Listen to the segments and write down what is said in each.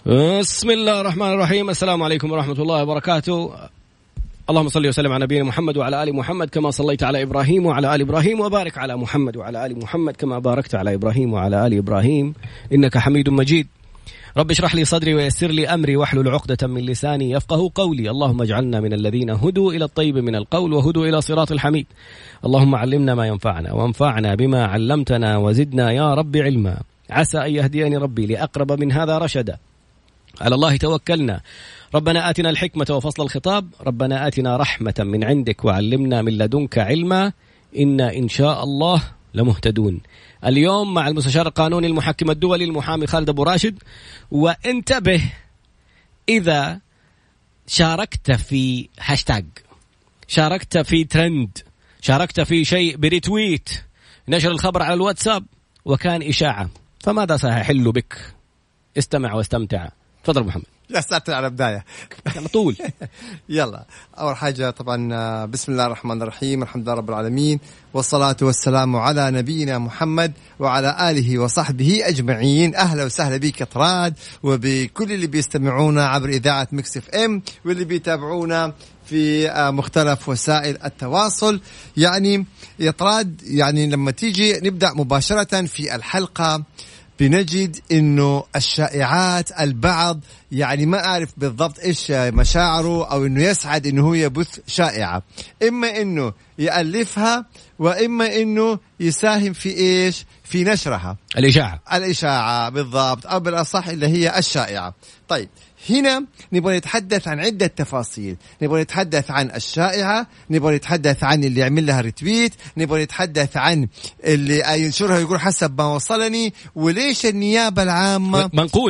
بسم الله الرحمن الرحيم. السلام عليكم ورحمة الله وبركاته. اللهم صل وسلم على نبينا محمد وعلى آل محمد كما صليت على إبراهيم وعلى آل إبراهيم، وبارك على محمد وعلى آل محمد كما باركت على إبراهيم وعلى آل إبراهيم إنك حميد مجيد. رب اشرح لي صدري ويسر لي أمري واحلل عقدة من لساني يفقه قولي. اللهم اجعلنا من الذين هدوا إلى الطيب من القول وهدوا إلى صراط الحميد. اللهم علمنا ما ينفعنا وانفعنا بما علمتنا وزدنا يا رب علما. عسى أن يهديني ربي لأقرب من هذا رشدا. على الله توكلنا. ربنا آتنا الحكمة وفصل الخطاب، ربنا آتنا رحمة من عندك وعلمنا من لدنك علما، إنا إن شاء الله لمهتدون. اليوم مع المستشار القانوني المحكم الدولي المحامي خالد أبو راشد. وانتبه، إذا شاركت في هاشتاج، شاركت في ترند، شاركت في شيء بريتويت، نشر الخبر على الواتساب وكان إشاعة، فماذا سيحل بك؟ استمع واستمتع. تفضل محمد. لا سأتنا على بداية على طول. يلا، أول حاجة طبعا بسم الله الرحمن الرحيم، الحمد لله رب العالمين، والصلاة والسلام على نبينا محمد وعلى آله وصحبه أجمعين. أهلا وسهلا بك طراد وبكل اللي بيستمعونا عبر إذاعة ميكس اف ام واللي بيتابعونا في مختلف وسائل التواصل. يعني يا طراد، يعني لما تيجي نبدأ مباشرة في الحلقة بنجد إنه الشائعات البعض يعني ما أعرف بالضبط إيش مشاعره، أو إنه يسعد إنه هو يبث شائعة، إما إنه يألفها وإما إنه يساهم في إيش، في نشرها. الإشاعة بالضبط، أو بالأصح اللي هي الشائعة. طيب هنا نبغى نتحدث عن عدة تفاصيل. نبغى نتحدث عن الشائعة، نبغى نتحدث عن اللي يعمل لها ريتويت، نبغى نتحدث عن اللي ينشرها يقول حسب ما وصلني، وليش النيابة العامة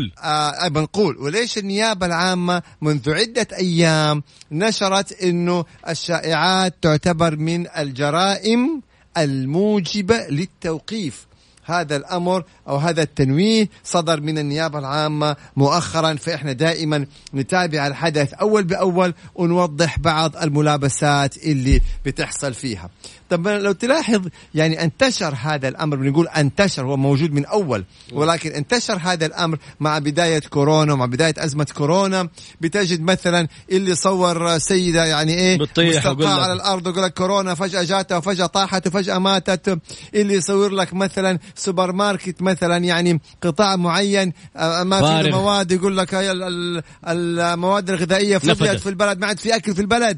بنقول وليش النيابة العامة منذ عدة أيام نشرت إنه الشائعات تعتبر من الجرائم الموجبة للتوقيف. هذا الأمر أو هذا التنويه صدر من النيابة العامة مؤخرا، فإحنا دائما نتابع الحدث أول بأول ونوضح بعض الملابسات اللي بتحصل فيها. طب لو تلاحظ يعني انتشر هذا الأمر، بنقول انتشر، هو موجود من أول، ولكن انتشر هذا الأمر مع بداية كورونا ومع بداية أزمة كورونا. بتجد مثلا اللي صور سيدة يعني إيه مستلقاة على الأرض ويقول لك كورونا، فجأة جاتها وفجأة طاحت وفجأة ماتت. اللي يصور لك مثلا سوبر ماركت مثلا، يعني قطاع معين ما فيه مواد، يقول لك هاي المواد الغذائية فضيت في البلد، ما عاد في أكل في البلد.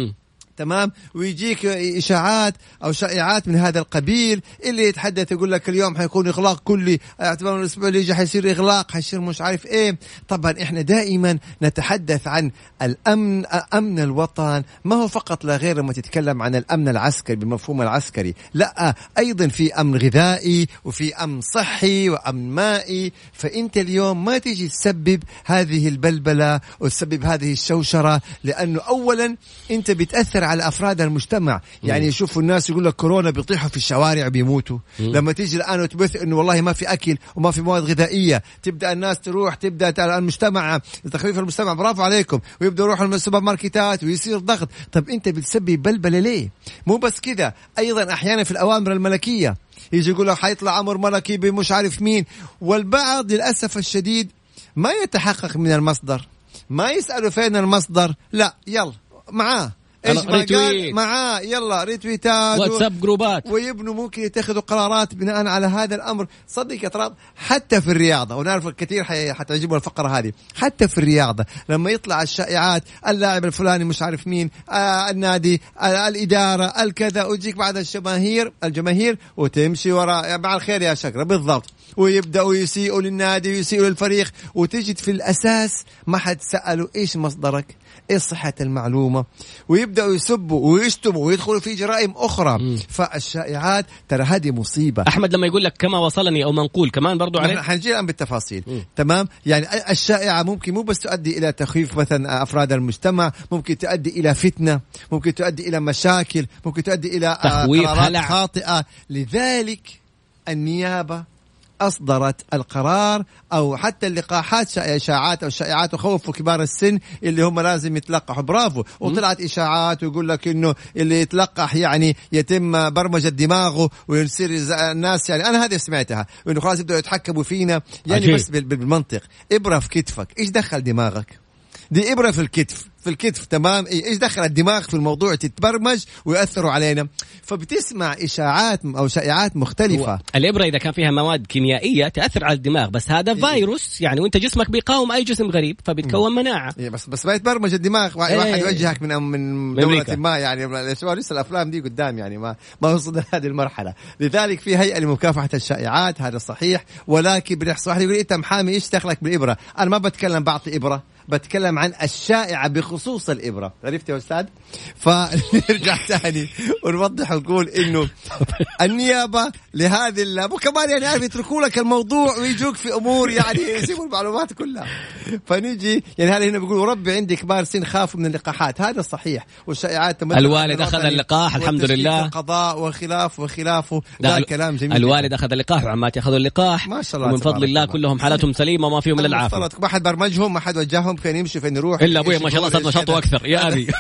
تمام، ويجيك إشاعات أو شائعات من هذا القبيل. اللي يتحدث يقول لك اليوم حيكون إغلاق كلي، اعتبار الأسبوع اللي يجي حيصير إغلاق، حيصير مش عارف إيه. طبعا إحنا دائما نتحدث عن الأمن، أمن الوطن، ما هو فقط لا غير لما تتكلم عن الأمن العسكري بالمفهوم العسكري، لا، أيضا في أمن غذائي وفي أمن صحي وأمن مائي. فأنت اليوم ما تيجي تسبب هذه البلبلة وتسبب هذه الشوشرة، لأنه أولا أنت بتأثر على أفراد المجتمع. يعني يشوفوا الناس يقول لك كورونا بيطيحوا في الشوارع بيموتوا. لما تيجي الآن وتبث إنه والله ما في أكل وما في مواد غذائية، تبدأ الناس تروح، تبدأ المجتمع، تخفيف المجتمع، برافو عليكم، ويبدأ يروحوا السوبر ماركتات ويصير ضغط. طب أنت بتسبب بلبلة ليه؟ مو بس كذا، أيضا أحيانا في الأوامر الملكية يجي يقول لك حيطلع أمر ملكي بمش عارف مين، والبعض للأسف الشديد ما يتحقق من المصدر، ما يسألوا فين المصدر، لا يلا معاه ايش ما قال معاه، يلا ريتويتات واتساب جروبات، ويبنوا ممكن يتخذوا قرارات بناء على هذا الامر. صدق يا ترى حتى في الرياضه، ونعرف الكثير حتعجبوا الفقره هذه، حتى في الرياضه لما يطلع الشائعات اللاعب الفلاني مش عارف مين، النادي، الاداره، الكذا، ويجيك بعد الجماهير وتمشي وراء مع الخير يا شكرا بالضبط، ويبداوا يسيئوا للنادي ويسيئوا للفريق، وتجد في الاساس ما حد ساله ايش مصدرك، ايه صحة المعلومة، ويبدأوا يسبوا ويشتموا ويدخلوا في جرائم أخرى. فالشائعات ترى هذه مصيبة. أحمد لما يقول لك كما وصلني أو منقول كمان برضو عليه، حنجي الآن بالتفاصيل. تمام، يعني الشائعة ممكن مو بس تؤدي إلى تخويف مثلا أفراد المجتمع، ممكن تؤدي إلى فتنة، ممكن تؤدي إلى مشاكل، ممكن تؤدي إلى تخويف قرارات خاطئة. لذلك النيابة أصدرت القرار، أو حتى اللقاحات إشاعات أو شائعات وخوفوا كبار السن اللي هم لازم يتلقحوا. برافو. وطلعت إشاعات ويقول لك إنه اللي يتلقح يعني يتم برمجة دماغه ويصير الناس، يعني أنا هذه سمعتها، وإنه خلاص يبدأوا يتحكموا فينا يعني عجيب. بس بالمنطق، إبرة في كتفك إيش دخل دماغك؟ دي إبرة في الكتف تمام. إيش دخل الدماغ في الموضوع تتبرمج ويأثروا علينا؟ فبتسمع إشاعات أو شائعات مختلفة. الإبرة إذا كان فيها مواد كيميائية تأثر على الدماغ، بس هذا فيروس يعني، وأنت جسمك بيقاوم أي جسم غريب فبتكون مناعة. بس ما يتبرمج الدماغ. واحد يوجهك من دولة ما يعني لسه الأفلام دي قدام يعني ما وصلنا هذه المرحلة. لذلك في هيئة لمكافحة الشائعات، هذا صحيح. ولكن بنحصل واحد يقول أنت محامي إيش دخلك بالإبرة؟ أنا ما بتكلم بعطي إبرة، بتكلم عن الشائعة بخصوص الإبرة. عرفت يا أستاذ؟ فنرجع تاني ونوضح ونقول إنه النيابة لهذه وكمان يعني عارف يتركوا لك الموضوع ويجوك في أمور يعني يسيبوا المعلومات كلها. فنيجي يعني هذا هنا بيقولوا ربي عندي كبار سن خافوا من اللقاحات، هذا صحيح. والشائعات الوالد أخذ اللقاح الحمد لله، القضاء وخلافه ده كلام جميل. الوالد أخذ اللقاح وعماتي أخذوا اللقاح ما شاء الله، ومن فضل الله كلهم حالتهم سليمة وما فيهم إلا العافية. ما حد برمجهم، ما حد وجههم فين يمشي فين يروح، إلا أبوي ما شاء الله صار نشاطه أكثر يا أبي.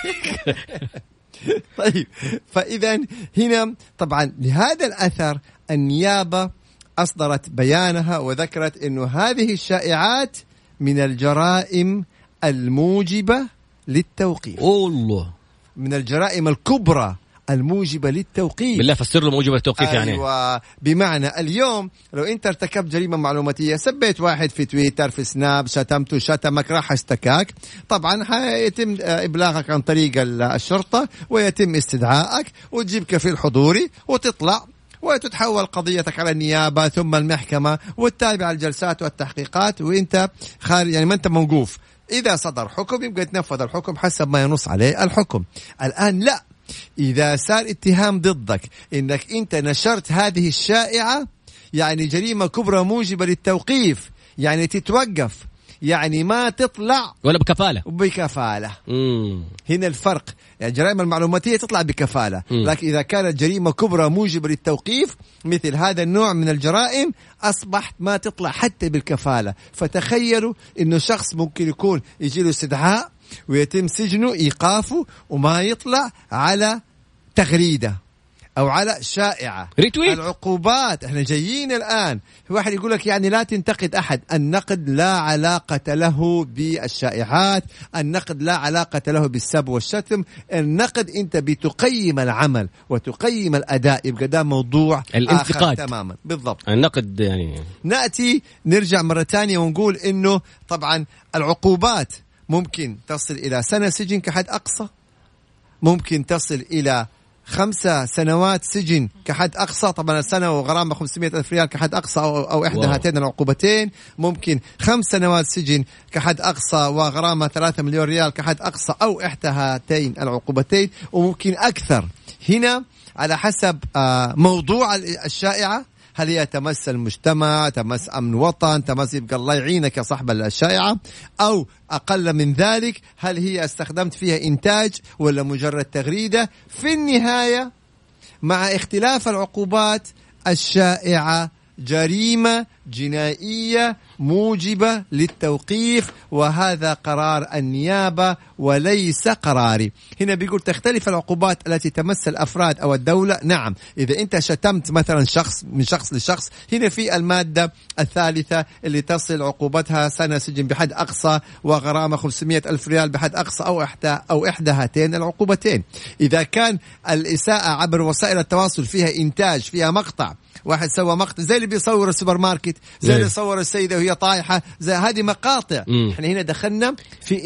طيب فإذا هنا طبعا لهذا الأثر النيابة أصدرت بيانها وذكرت إنه هذه الشائعات من الجرائم الموجبة للتوقيف. الله، من الجرائم الكبرى الموجبة للتوقيف. بالله فسر له موجبة للتوقيف يعني. أيوة، بمعنى اليوم لو أنت ارتكبت جريمة معلوماتية، سبيت واحد في تويتر في سناب، شتمته شتمك راح اشتكاك، طبعا حيتم إبلاغك عن طريق الشرطة ويتم استدعائك وتجيب كفيل حضوري وتطلع وتتحول قضيتك على النيابة ثم المحكمة وتتابع الجلسات والتحقيقات وانت خارج يعني ما انت موقوف. إذا صدر حكم يبقى يتنفذ الحكم حسب ما ينص عليه الحكم. الآن لا، إذا صار اتهام ضدك إنك أنت نشرت هذه الشائعة يعني جريمة كبرى موجبة للتوقيف، يعني تتوقف، يعني ما تطلع ولا بكفالة. هنا الفرق، يعني الجرائم المعلوماتية تطلع بكفالة، لكن إذا كانت جريمة كبرى موجبة للتوقيف مثل هذا النوع من الجرائم أصبحت ما تطلع حتى بالكفالة. فتخيلوا إنه شخص ممكن يكون يجيله استدعاء ويتم سجنه إيقافه وما يطلع على تغريدة أو على شائعة ريتويت. العقوبات احنا جايين الآن، واحد يقول لك يعني لا تنتقد أحد، النقد لا علاقة له بالشائعات، النقد لا علاقة له بالسب والشتم، النقد أنت بتقيم العمل وتقيم الأداء، يبقى ده موضوع الانتقاد تماما. بالضبط، النقد يعني. نأتي نرجع مرة تانية ونقول إنه طبعا العقوبات ممكن تصل إلى سنة سجن كحد أقصى، ممكن تصل إلى 5 سنوات سجن كحد أقصى، طبعا السنة وغرامة 500,000 ريال كحد أقصى أو إحدى هاتين العقوبتين، ممكن 5 سنوات سجن كحد أقصى وغرامة 3 مليون ريال كحد أقصى أو إحدى هاتين العقوبتين، وممكن أكثر. هنا على حسب موضوع الشائعة، هل هي تمس المجتمع، تمس أمن وطن، تمس يبقى الله يعينك يا صاحب الشائعة، أو أقل من ذلك هل هي استخدمت فيها إنتاج ولا مجرد تغريدة. في النهاية مع اختلاف العقوبات الشائعة جريمة جنائية موجبة للتوقيف، وهذا قرار النيابة وليس قراري. هنا بيقول تختلف العقوبات التي تمس الأفراد أو الدولة. نعم، إذا أنت شتمت مثلا شخص من شخص لشخص، هنا في المادة الثالثة اللي تصل عقوبتها سنة سجن بحد أقصى وغرامة 500,000 ريال بحد أقصى أو إحدى هاتين العقوبتين. إذا كان الإساءة عبر وسائل التواصل فيها إنتاج، فيها مقطع، واحد سوى مقطع زي اللي بيصور السوبر ماركت، زي اللي صور السيدة وهي طايحة، زي هذه مقاطع. احنا هنا دخلنا في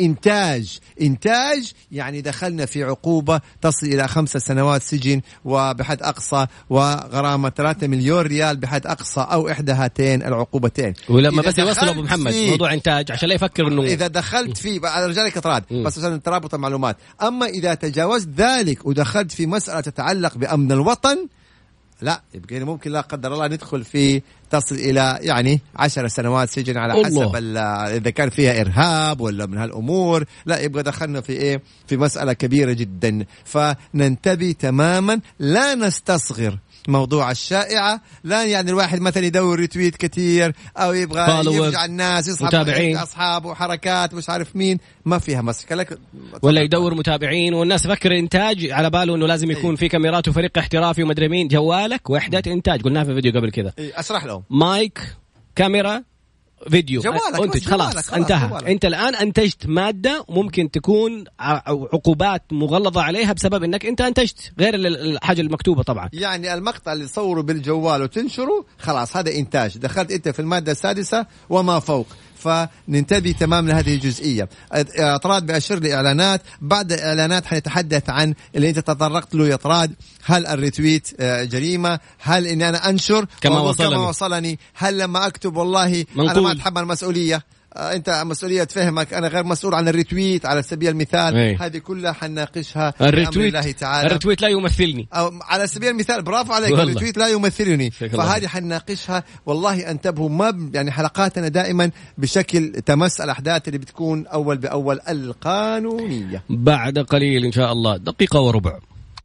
إنتاج يعني دخلنا في عقوبة تصل إلى 5 سنوات سجن وبحد أقصى وغرامة 3 مليون ريال بحد أقصى أو إحدى هاتين العقوبتين. ولما بس يوصلوا أبو محمد موضوع إنتاج عشان لا يفكر إنه إذا دخلت في رجالك إطراد بس عشان ترابط المعلومات. أما إذا تجاوزت ذلك ودخلت في مسألة تتعلق بأمن الوطن، لا يبقى ممكن لا قدر الله ندخل في تصل إلى يعني 10 سنوات سجن على حسب إذا كان فيها إرهاب ولا من هالأمور. لا يبقى دخلنا في في مسألة كبيرة جدا. فننتبه تماما، لا نستصغر موضوع الشائعة. لا يعني الواحد مثلا يدور ريتويت كتير أو يبغى يرجع الناس يصحب أصحابه وحركات مش عارف مين، ما فيها مسكة لك. ولا يدور متابعين والناس فكر إنتاج على باله إنه لازم يكون في كاميرات وفريق احترافي ومدري مين. جوالك وحدة إنتاج، قلناها في فيديو قبل كذا. أشرح لهم. مايك، كاميرا، فيديو، انتج. خلاص انتهى. جوالك. انت الان انتجت ماده ممكن تكون عقوبات مغلظه عليها بسبب انك انت انتجت غير الحاجه المكتوبه. طبعا يعني المقطع اللي تصوره بالجوال وتنشره خلاص هذا انتاج، دخلت انت في الماده السادسه وما فوق. فننتبه تماما لهذه الجزئية. طراد بأشر لإعلانات، بعد الإعلانات حنتحدث عن اللي أنت تطرقت له يا طراد. هل الريتويت جريمة؟ هل إني أنا أنشر كما وصلني؟ هل لما أكتب والله أنا ما أتحمل مسؤولية، أنت مسؤولية تفهمك، أنا غير مسؤول عن الريتويت على سبيل المثال. هذه كلها حنناقشها. الريتويت لا يمثلني، أو على سبيل المثال برافو عليك، الريتويت لا يمثلني. فهذه حنناقشها. والله انتبهوا، ما يعني حلقاتنا دائما بشكل تمس الأحداث اللي بتكون أول بأول القانونية. بعد قليل إن شاء الله، دقيقة وربع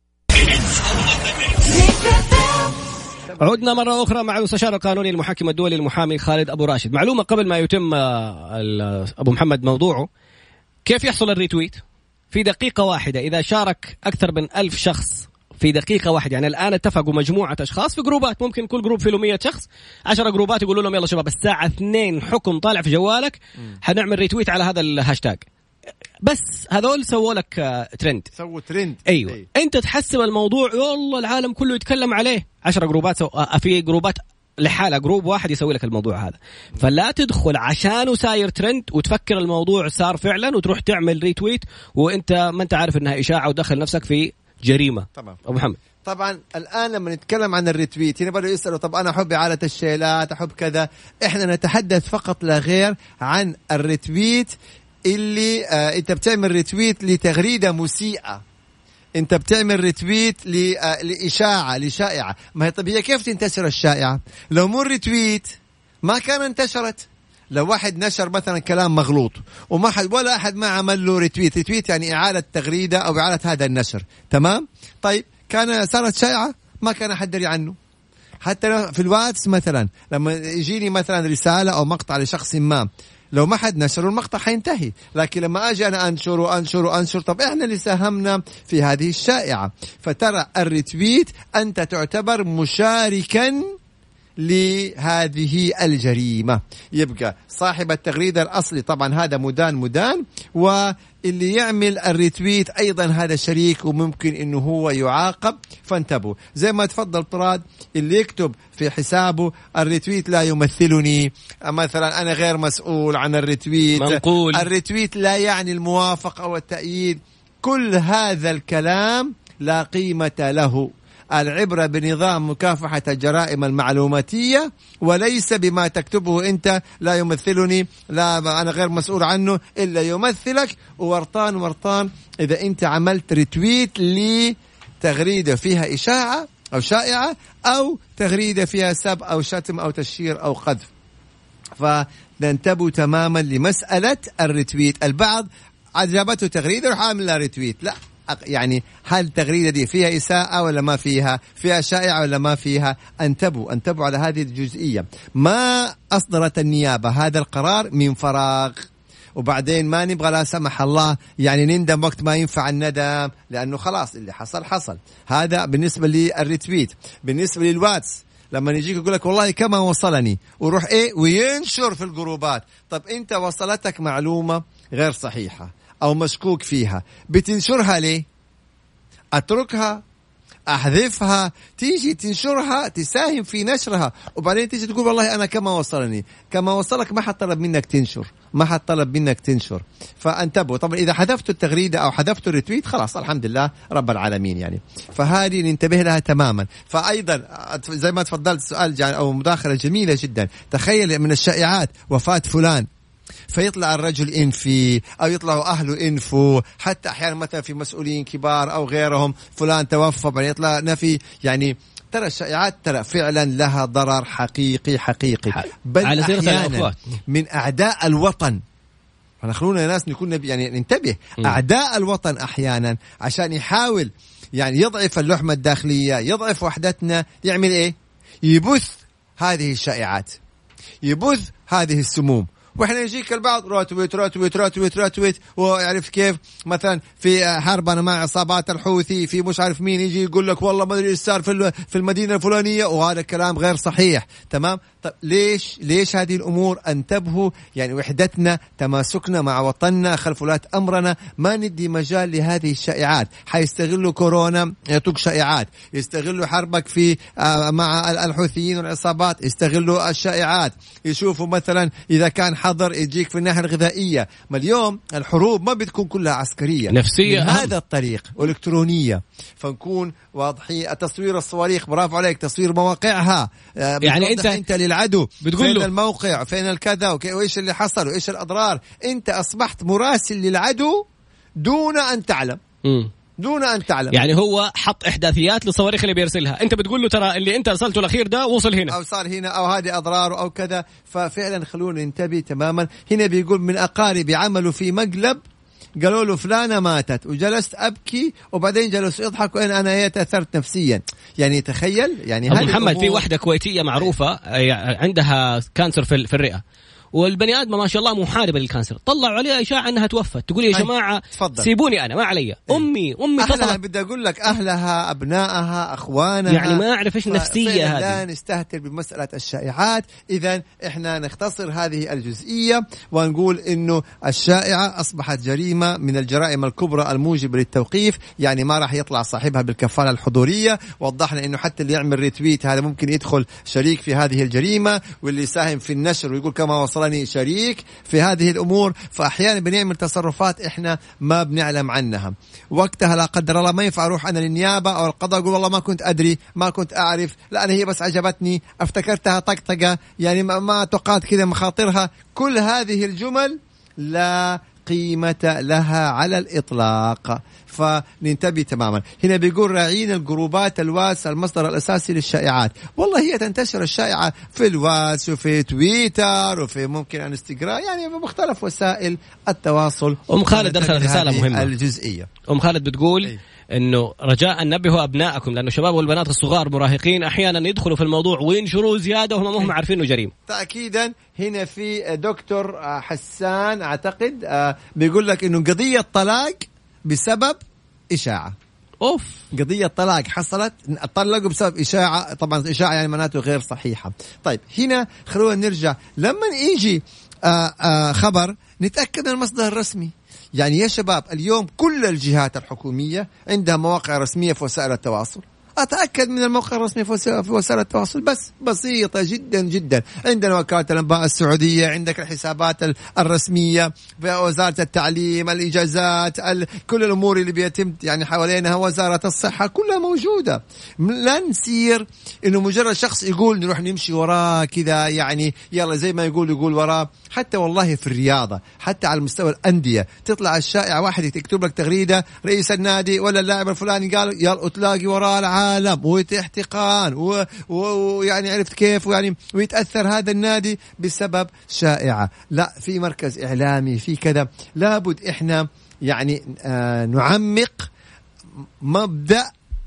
عدنا مرة أخرى مع المستشار القانوني المحكم الدولي المحامي خالد أبو راشد. معلومة قبل ما يتم أبو محمد موضوعه، كيف يحصل الريتويت؟ في دقيقة واحدة إذا شارك أكثر من 1000 شخص في دقيقة واحدة. يعني الآن اتفقوا مجموعة أشخاص في جروبات، ممكن كل جروب فيه 100 شخص، 10 جروبات يقولوا لهم يلا شباب الساعة 2 حكم طالع في جوالك حنعمل ريتويت على هذا الهاشتاج. بس هذول سووا لك ترند، سووا ترند. أيوة. أنت تحسب الموضوع والله العالم كله يتكلم عليه. 10 جروبات في جروبات لحالة، جروب واحد يسوي لك الموضوع هذا. فلا تدخل عشانه ساير ترند وتفكر الموضوع صار فعلا وتروح تعمل ريتويت وانت ما انت عارف انها إشاعة ودخل نفسك في جريمة. طبعا. أبو محمد، طبعا الآن لما نتكلم عن الريتويت هنا بدأوا يسألوا طب أنا أحب إعادة الشيلات، أحب كذا. إحنا نتحدث فقط لا غير عن الريتويت اللي أنت بتعمل ريتويت لتغريدة مسيئة، أنت بتعمل ريتويت لإشاعة، لشائعة. ما هي طبيعية كيف تنتشر الشائعة؟ لو مو ريتويت ما كان انتشرت. لو واحد نشر مثلا كلام مغلوط وما حد ولا أحد ما عمل له ريتويت، ريتويت يعني إعادة تغريدة أو إعادة هذا النشر، تمام؟ طيب كان صارت شائعة ما كان أحد دري عنه. حتى في الواتس مثلا لما يجيني مثلا رسالة أو مقطع لشخص ما، لو ما حد نشر المقطع حينتهي. لكن لما أجي أنا أنشر طب إحنا اللي ساهمنا في هذه الشائعة. فترى الريتويت أنت تعتبر مشاركا لهذه الجريمة. يبقى صاحب التغريدة الأصلي طبعا هذا مدان، واللي يعمل الريتويت أيضا هذا شريك وممكن إنه هو يعاقب. فانتبهوا زي ما تفضل طراد، اللي يكتب في حسابه الريتويت لا يمثلني، مثلا أنا غير مسؤول عن الريتويت، منقول. الريتويت لا يعني الموافقة أو التأييد، كل هذا الكلام لا قيمة له. العبرة بنظام مكافحة الجرائم المعلوماتية وليس بما تكتبه أنت. لا يمثلني، لا أنا غير مسؤول عنه، إلا يمثلك. ورطان إذا أنت عملت ريتويت لتغريدة فيها إشاعة أو شائعة أو تغريدة فيها سب أو شتم أو تشهير أو قذف. فننتبه تماما لمسألة الريتويت. البعض عجبته تغريدة وحامل لها ريتويت، لا، يعني هل التغريدة دي فيها إساءة ولا ما فيها شائعة ولا ما فيها؟ انتبهوا على هذه الجزئية. ما أصدرت النيابة هذا القرار من فراغ، وبعدين ما نبغى لا سمح الله يعني نندم وقت ما ينفع الندم، لأنه خلاص اللي حصل. هذا بالنسبة للريتويت. بالنسبة للواتس لما يجيك يقول لك والله كما وصلني وروح وينشر في الجروبات. طب أنت وصلتك معلومة غير صحيحة أو مشكوك فيها، بتنشرها ليه؟ أتركها، أحذفها، تيجي تنشرها، تساهم في نشرها، وبعدين تيجي تقول والله أنا كما وصلني. كما وصلك ما حد طلب منك تنشر. فانتبهوا. طبعا إذا حذفتوا التغريدة أو حذفتوا الريتويت خلاص الحمد لله رب العالمين يعني. فهذه ننتبه لها تماما. فأيضا زي ما تفضلت سؤال أو مداخلة جميلة جدا. تخيل من الشائعات وفاة فلان، فيطلع الرجل إنفي أو يطلعوا أهله إنفو، حتى أحيانا مثلا في مسؤولين كبار أو غيرهم فلان توفى بعدين يطلع نفي. يعني ترى الشائعات ترى فعلا لها ضرر حقيقي بل أحيانا من أعداء الوطن. خلونا ناس نكون يعني ننتبه. أعداء الوطن أحيانا عشان يحاول يعني يضعف اللحمة الداخلية، يضعف وحدتنا، يعمل إيه؟ يبث هذه الشائعات، يبث هذه السموم. واحنا يجيك البعض روتويت ويعرف كيف مثلا في حربنا مع عصابات الحوثي، في مش عارف مين يجي يقول لك والله ما ادري ايش صار في المدينه الفلانيه، وهذا كلام غير صحيح. تمام. طب ليش هذه الامور؟ انتبهوا، يعني وحدتنا، تماسكنا مع وطننا، خلف ولاة امرنا، ما ندي مجال لهذه الشائعات. حيستغلوا كورونا يعطوك شائعات، يستغلوا حربك في مع الحوثيين والعصابات، يستغلوا الشائعات، يشوفوا مثلا اذا كان حظر يجيك في الناحية الغذائية. ما اليوم الحروب ما بتكون كلها عسكرية، نفسية من هذا الطريق والإلكترونية، فنكون واضحين. تصوير الصواريخ، برافو عليك، تصوير مواقعها، يعني انت للعدو بتقول فين له الموقع، فين الكذا، وايش اللي حصل وايش الأضرار. انت أصبحت مراسل للعدو دون أن تعلم. دون أن تعلم. يعني هو حط إحداثيات للصواريخ اللي بيرسلها، أنت بتقول له ترى اللي أنت أرسلته الأخير ده وصل هنا أو صار هنا أو هذه أضراره أو كذا. ففعلا خلونا ننتبه تماما. هنا بيقول من أقاربي عملوا في مقلب، قالوا له فلانة ماتت، وجلست أبكي، وبعدين جلسوا يضحكوا إن أنا تأثرت نفسيا. يعني تخيل، يعني أبو محمد في واحدة كويتية معروفة عندها كانسر في الرئة، والبني آدم ما شاء الله محاربة للكانسر، طلعوا عليها إشاعة أنها توفت، تقول يا جماعة سيبوني أنا ما علي. أمي أهلها، بدي أقول لك أهلها، أبنائها، أخوانها، يعني ما أعرف إيش النفسية هذه. لا نستهتر بمسألة الشائعات. إذن إحنا نختصر هذه الجزئية ونقول إنه الشائعة أصبحت جريمة من الجرائم الكبرى الموجبة للتوقيف. يعني ما راح يطلع صاحبها بالكفالة الحضورية. وضحنا إنه حتى اللي يعمل ريتويت هذا ممكن يدخل شريك في هذه الجريمة، واللي يساهم في النشر ويقول كما وصلني شريك في هذه الأمور. فأحيانا بنعمل تصرفات إحنا ما بنعلم عنها. وقتها لا قدر الله ما ينفع أروح أنا للنيابة أو القضاء أقول والله ما كنت أدري، ما كنت أعرف، لا أنا هي بس عجبتني، افتكرتها طقطقة، يعني ما توقعت كذا مخاطرها. كل هذه الجمل لا قيمة لها على الإطلاق. فننتبه تماما. هنا بيقول راعين الجروبات الواتس المصدر الأساسي للشائعات. والله هي تنتشر الشائعة في الواتس وفي تويتر وفي ممكن انستغرام، يعني بمختلف وسائل التواصل. أم خالد أرسلت رسالة مهمة الجزئية. أم خالد بتقول إنه رجاء نبهوا أبنائكم، لأنه الشباب والبنات الصغار مراهقين أحيانا يدخلوا في الموضوع وينشروا زيادة وهم هم عارفين إنه جريمة. تأكيدا. هنا في دكتور حسان أعتقد بيقول لك إنه قضية طلاق بسبب إشاعة. قضية طلاق حصلت، طلقوا بسبب إشاعة. طبعا إشاعة يعني معناته غير صحيحة. طيب هنا خلونا نرجع، لما يجي خبر نتأكد من المصدر الرسمي. يعني يا شباب اليوم كل الجهات الحكومية عندها مواقع رسمية في وسائل التواصل. أتأكد من الموقع الرسمي في وسائل التواصل، بس بسيطة جدا جدا. عندنا وكالة الأنباء السعودية، عندك الحسابات الرسمية في وزارة التعليم، الإجازات، كل الأمور اللي بيتم يعني حوالينها، وزارة الصحة، كلها موجودة. لا نسير إنه مجرد شخص يقول نروح نمشي وراه كذا، يعني يلا زي ما يقول وراه. حتى والله في الرياضة، حتى على مستوى الأندية تطلع الشائع، واحد يكتب لك تغريدة رئيس النادي ولا اللاعب الفلاني قال يلا تلاقي وراه العالم واحتقان ويعني عرفت كيف، ويعني ويتأثر هذا النادي بسبب شائعة. لا، في مركز إعلامي، في كذا. لابد إحنا يعني نعمق مبدأ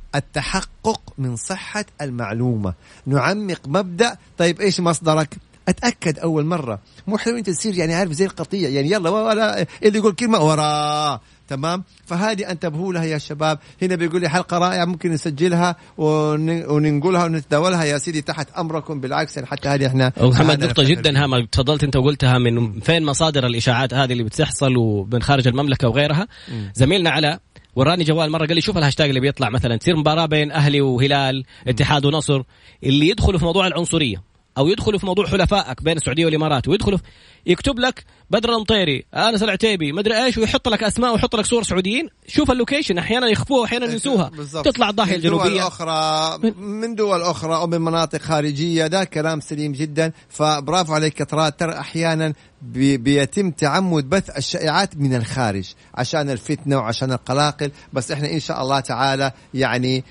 التحقق من صحة المعلومة، نعمق مبدأ. طيب إيش مصدرك؟ أتأكد أول مرة، مو حلو أنت تصير يعني عارف زي القطيع، يعني يلا ولا اللي يقول كلمة وراه. تمام. فهذه انتبهوا لها يا شباب. هنا بيقول لي حلقة رائعة ممكن نسجلها وننقلها ونتداولها يا سيدي، تحت أمركم. بالعكس حتى هذه احنا محمد نقطة جدا هامة تفضلت انت وقلتها، من فين مصادر الإشاعات هذه اللي بتحصل ومن خارج المملكة وغيرها. زميلنا على وراني جوال مرة قال لي شوف الهاشتاج اللي بيطلع مثلا تصير مباراة بين أهلي وهلال، اتحاد ونصر، اللي يدخلوا في موضوع العنصرية أو يدخلوا في موضوع حلفائك بين السعودية والإمارات، ويدخلوا يكتب لك بدر المطيري، أنس العتيبي، مدري إيش، ويحط لك أسماء ويحط لك صور سعوديين. شوف اللوكيشن، أحيانا يخفوه أحيانا ينسوها، تطلع الضاحية الجنوبية من دول أخرى أو من مناطق خارجية. ده كلام سليم جدا. فبرافو عليك كترات. ترى أحيانا بيتم تعمد بث الشائعات من الخارج عشان الفتنة وعشان القلاقل، بس إحنا إن شاء الله تعالى يعني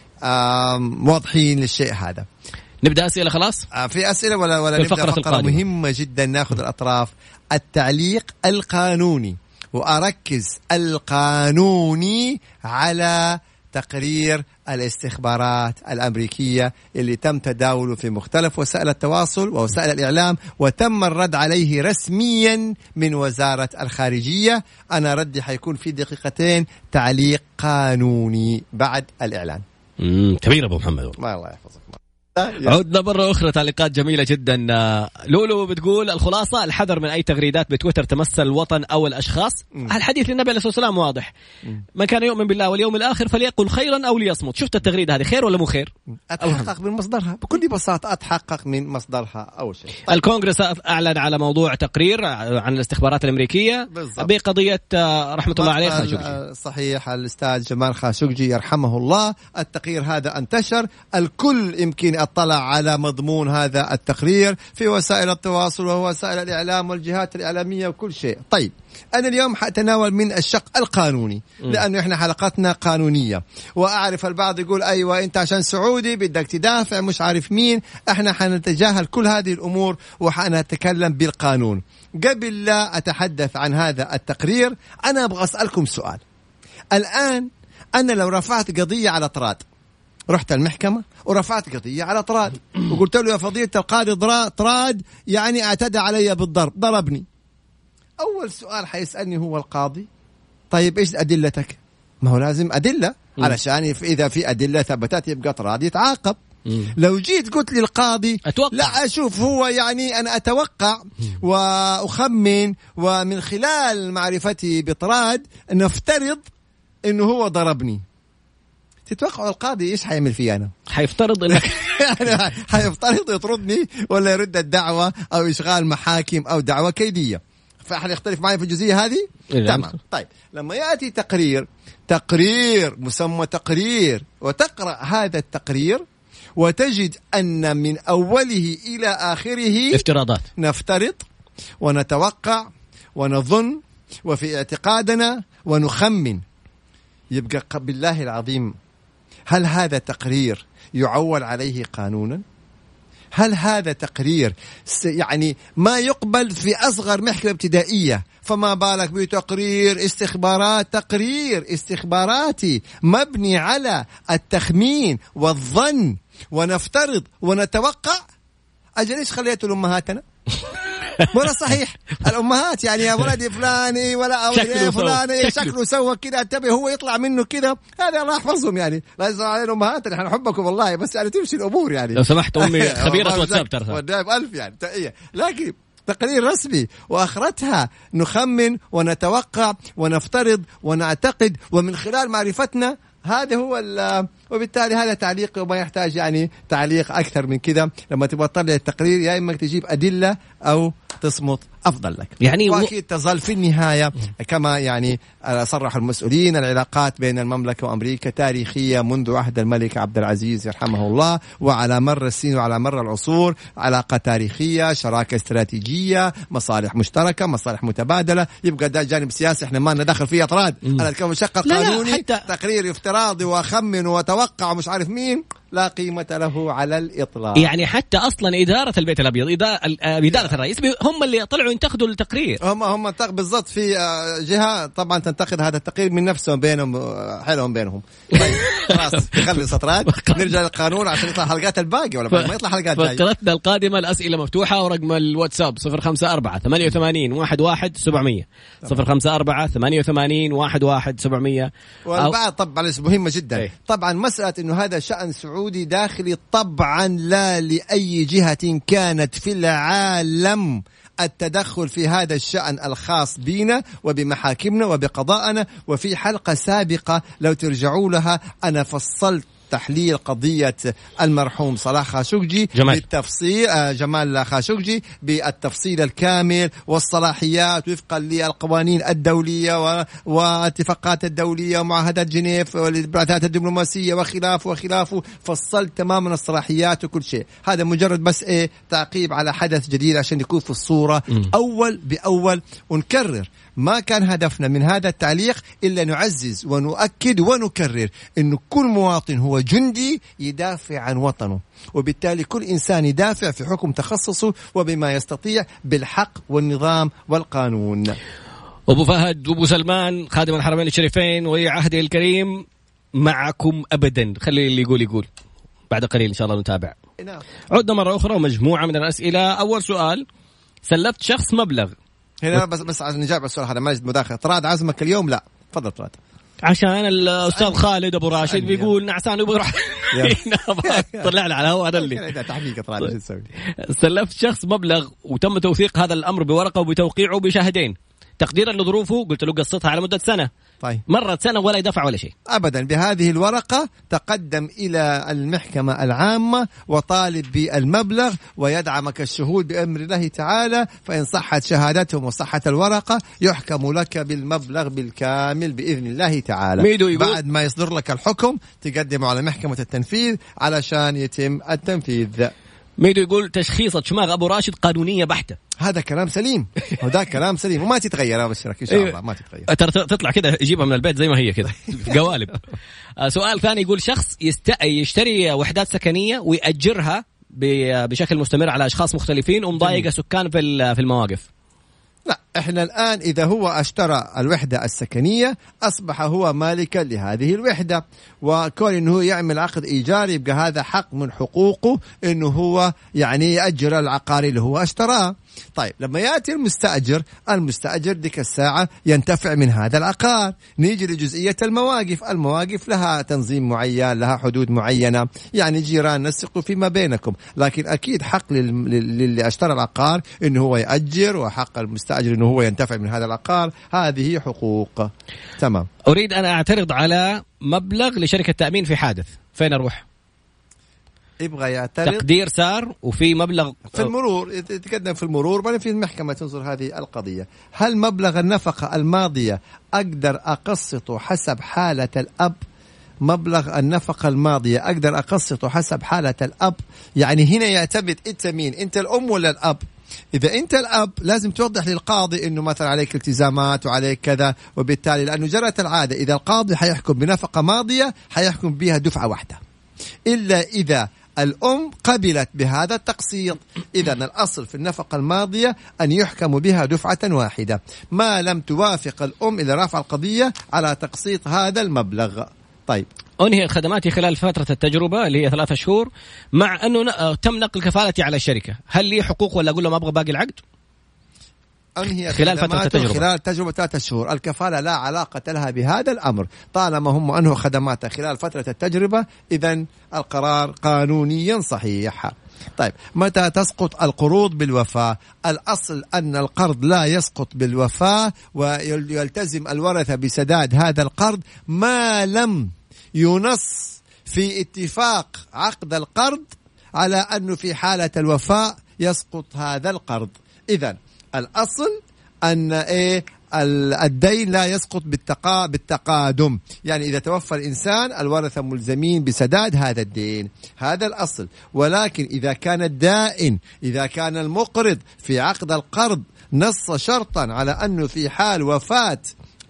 واضحين للشيء هذا. نبدأ أسئلة خلاص؟ في أسئلة ولا نبدأ فقرة مهمة جدا ناخذ الأطراف. التعليق القانوني، وأركز القانوني على تقرير الاستخبارات الأمريكية اللي تم تداوله في مختلف وسائل التواصل ووسائل الإعلام، وتم الرد عليه رسميا من وزارة الخارجية. أنا ردي حيكون في دقيقتين، تعليق قانوني بعد الإعلان. كبير أبو محمد، ما الله يحفظك. عودنا مرة أخرى، تعليقات جميلة جدا. لولو بتقول الخلاصة: الحذر من أي تغريدات بتويتر تمس الوطن أو الأشخاص. الحديث للنبي عليه الصلاة والسلام واضح: من كان يؤمن بالله واليوم الآخر فليقل خيرا أو ليصمت. شفت التغريدة هذه خير ولا مو خير؟ أتحقق من مصدرها بكل بساطة، أتحقق من مصدرها أول شيء. الكونغرس أعلن على موضوع تقرير عن الاستخبارات الأمريكية بقضية رحمة الله عليه خاشقجي. صحيح، الأستاذ جمال خاشقجي يرحمه الله. التقرير هذا انتشر، الكل يمكن اطلع على مضمون هذا التقرير في وسائل التواصل ووسائل الإعلام والجهات الإعلامية وكل شيء. طيب، أنا اليوم حأتناول من الشق القانوني، لأنه إحنا حلقتنا قانونية. وأعرف البعض يقول أيوة أنت عشان سعودي بدك تدافع مش عارف مين. إحنا حنتجاهل كل هذه الأمور وحنتكلم بالقانون. قبل لا أتحدث عن هذا التقرير، أنا أبغى أسألكم سؤال. الآن أنا لو رفعت قضية على طراد، رحت المحكمة ورفعت قضية على طراد وقلت له يا فضيلة القاضي طراد يعني اعتدى علي بالضرب، ضربني، أول سؤال حيسألني هو القاضي: طيب إيش أدلتك؟ ما هو لازم أدلة علشان إذا في أدلة ثبتت يبقى طراد يتعاقب. لو جيت قلت للقاضي لا أشوف هو يعني أنا أتوقع وأخمن ومن خلال معرفتي بطراد نفترض إنه هو ضربني، تتوقع القاضي إيش حيعمل فيه؟ أنا حيفترض إنك يعني حيفترض يطردني ولا يرد الدعوة أو إشغال محاكم أو دعوة كيدية. فأحد يختلف معي في الجزئية هذه؟ تمام. طيب، لما يأتي تقرير مسمى تقرير، وتقرأ هذا التقرير وتجد أن من أوله إلى آخره افتراضات، نفترض ونتوقع ونظن وفي اعتقادنا ونخمن، يبقى بالله العظيم هل هذا تقرير يعول عليه قانونا؟ هل هذا تقرير يعني ما يقبل في أصغر محكمة ابتدائية؟ فما بالك بتقرير استخبارات، تقرير استخباراتي مبني على التخمين والظن ونفترض ونتوقع. أجل إيش خليته لأمهاتنا؟ ولا صحيح الأمهات يعني يا ولدي فلاني ولا فلاني شكله سوى كذا، انتبه هو يطلع منه كذا، هذا الله يحفظهم يعني. لا يزعل علينا أمهات، نحن نحبكم والله، بس يعني تمشي الأمور يعني. لو سمحت أمي خبيرة واتساب ترى ألف يعني تقية، لكن تقرير رسمي وآخرتها نخمن ونتوقع ونفترض ونعتقد ومن خلال معرفتنا. هذا هو وبالتالي هذا تعليق وما يحتاج يعني تعليق أكثر من كذا. لما تبغى تطلع التقرير يا إما تجيب أدلة أو تصمت أفضل لك يعني. وأكيد تظل في النهاية كما يعني صرح المسؤولين العلاقات بين المملكة وأمريكا تاريخية منذ عهد الملك عبد العزيز يرحمه الله، وعلى مر السنين وعلى مر العصور علاقة تاريخية، شراكة استراتيجية، مصالح مشتركة، مصالح متبادلة. يبقى ده جانب سياسي احنا ما ندخل فيه أطراد. أنا أتكلم الشق القانوني، حتى تقرير افتراضي وأخمن وأتوقع مش عارف مين لا قيمة له على الإطلاق. يعني حتى أصلا إدارة البيت الأبيض، إدارة الرئيس هم اللي طلعوا ينتقدوا التقرير. هم بالضبط في جهة طبعا تنتقد هذا التقرير من نفسهم بينهم، حلهم بينهم. طيب خلاص نخلي سطرات نرجع للقانون عشان يطلع حلقات الباقي ولا ما يطلع حلقات جاية. فقرتنا القادمة الأسئلة مفتوحة، ورقم الواتساب 054-88-11700 054-88-11700. والبعض طبعا مهمة جدا طبعا مسألة إنه هذا شأن سعودي داخلي طبعا لا لأي جهة كانت في العالم التدخل في هذا الشأن الخاص بنا وبمحاكمنا وبقضاءنا. وفي حلقة سابقة لو ترجعوا لها أنا فصلت تحليل قضية المرحوم صلاح خاشقجي بالتفصيل، جمال خاشقجي بالتفصيل الكامل والصلاحيات وفقا للقوانين الدولية واتفاقات الدولية ومعاهدات جنيف والبعثات الدبلوماسية وخلافه. فصلت تماما الصلاحيات وكل شيء. هذا مجرد بس تعقيب على حدث جديد عشان يكون في الصورة أول بأول. ونكرر ما كان هدفنا من هذا التعليق إلا نعزز ونؤكد ونكرر إنه كل مواطن هو جندي يدافع عن وطنه، وبالتالي كل إنسان يدافع في حكم تخصصه وبما يستطيع بالحق والنظام والقانون. أبو فهد وأبو سلمان خادم الحرمين الشريفين ولي عهده الكريم، معكم أبدا. خلي اللي يقول بعد قليل إن شاء الله نتابع. عدنا مرة أخرى ومجموعة من الأسئلة. أول سؤال: سلفت شخص مبلغ. هنا بس عشان نجاوب على السؤال هذا ما مداخلة. طراد عزمك اليوم؟ لا تفضل طراد. عشان الأستاذ خالد أبو راشد بيقول نعسان يبغى يروح طلعنا على هو هذا اللي تحقيق. طراد شو تسوي؟ سلفت شخص مبلغ وتم توثيق هذا الأمر بورقة وبتوقيعه بشاهدين، تقديرا لظروفه قلت له قسطها على مدة سنة. طيب مرت سنة ولا يدفع ولا شيء أبدا. بهذه الورقة تقدم إلى المحكمة العامة وطالب بالمبلغ ويدعمك الشهود بأمر الله تعالى، فإن صحت شهادتهم وصحت الورقة يحكم لك بالمبلغ بالكامل بإذن الله تعالى. بعد ما يصدر لك الحكم تقدمه على محكمة التنفيذ علشان يتم التنفيذ. ميدو يقول تشخيصة شماغ أبو راشد قانونية بحتة. هذا كلام سليم وده كلام سليم وما تتغير. أبشرك إن شاء الله ما تتغير. ترى تطلع كده يجيبها من البيت زي ما هي كده قوالب. سؤال ثاني يقول شخص يشتري وحدات سكنية ويأجرها بشكل مستمر على أشخاص مختلفين ومضايقة سكان في المواقف. لا احنا الآن إذا هو اشترى الوحدة السكنية أصبح هو مالكا لهذه الوحدة، وكون إنه يعمل عقد إيجاري يبقى هذا حق من حقوقه إنه هو يعني يأجر العقار اللي هو اشتراه. طيب لما يأتي المستأجر ديك الساعة ينتفع من هذا العقار. نيجي لجزئية المواقف لها تنظيم معين، لها حدود معينة، يعني جيران نسقوا فيما بينكم، لكن أكيد حق للي اشترى العقار إنه هو يأجر، وحق المستأجر إنه هو ينتفع من هذا العقار. هذه حقوق. تمام. أريد أن أعترض على مبلغ لشركة تأمين في حادث، فين أروح؟ يبغى يعترض، تقدير صار وفي مبلغ في المرور، يتقدم في المرور، بعدين في المحكمة تنظر هذه القضية. هل مبلغ النفقة الماضية أقدر أقسطه حسب حالة الأب؟ مبلغ النفقة الماضية أقدر أقسطه حسب حالة الأب؟ يعني هنا يعتمد أنت مين، أنت الأم ولا الأب؟ إذا أنت الأب لازم توضح للقاضي إنه مثلا عليك التزامات وعليك كذا، وبالتالي لأنه جرت العادة إذا القاضي حيحكم بنفقة ماضية حيحكم بها دفعة واحدة، إلا إذا الأم قبلت بهذا التقسيط. إذن الأصل في النفقة الماضية أن يحكم بها دفعة واحدة، ما لم توافق الأم إلى رفع القضية على تقسيط هذا المبلغ. طيب أنهي خدماتي خلال فترة التجربة اللي هي 3 شهور، مع أنه تم نقل كفالتي على الشركة، هل لي حقوق ولا أقول له ما أبغى باقي العقد؟ أنهي خلال فترة التجربة. خلال تجربة 3 شهور الكفالة لا علاقة لها بهذا الأمر، طالما هم أنهوا خدماتها خلال فترة التجربة إذن القرار قانونيا صحيح. طيب متى تسقط القروض بالوفاة؟ الأصل أن القرض لا يسقط بالوفاة، ويلتزم الورثة بسداد هذا القرض ما لم ينص في اتفاق عقد القرض على أنه في حالة الوفاة يسقط هذا القرض. إذن الأصل أن الدين لا يسقط بالتقادم، يعني إذا توفى الإنسان الورثة ملزمين بسداد هذا الدين، هذا الأصل. ولكن إذا كان الدائن، إذا كان المقرض في عقد القرض نص شرطا على أنه في حال وفاة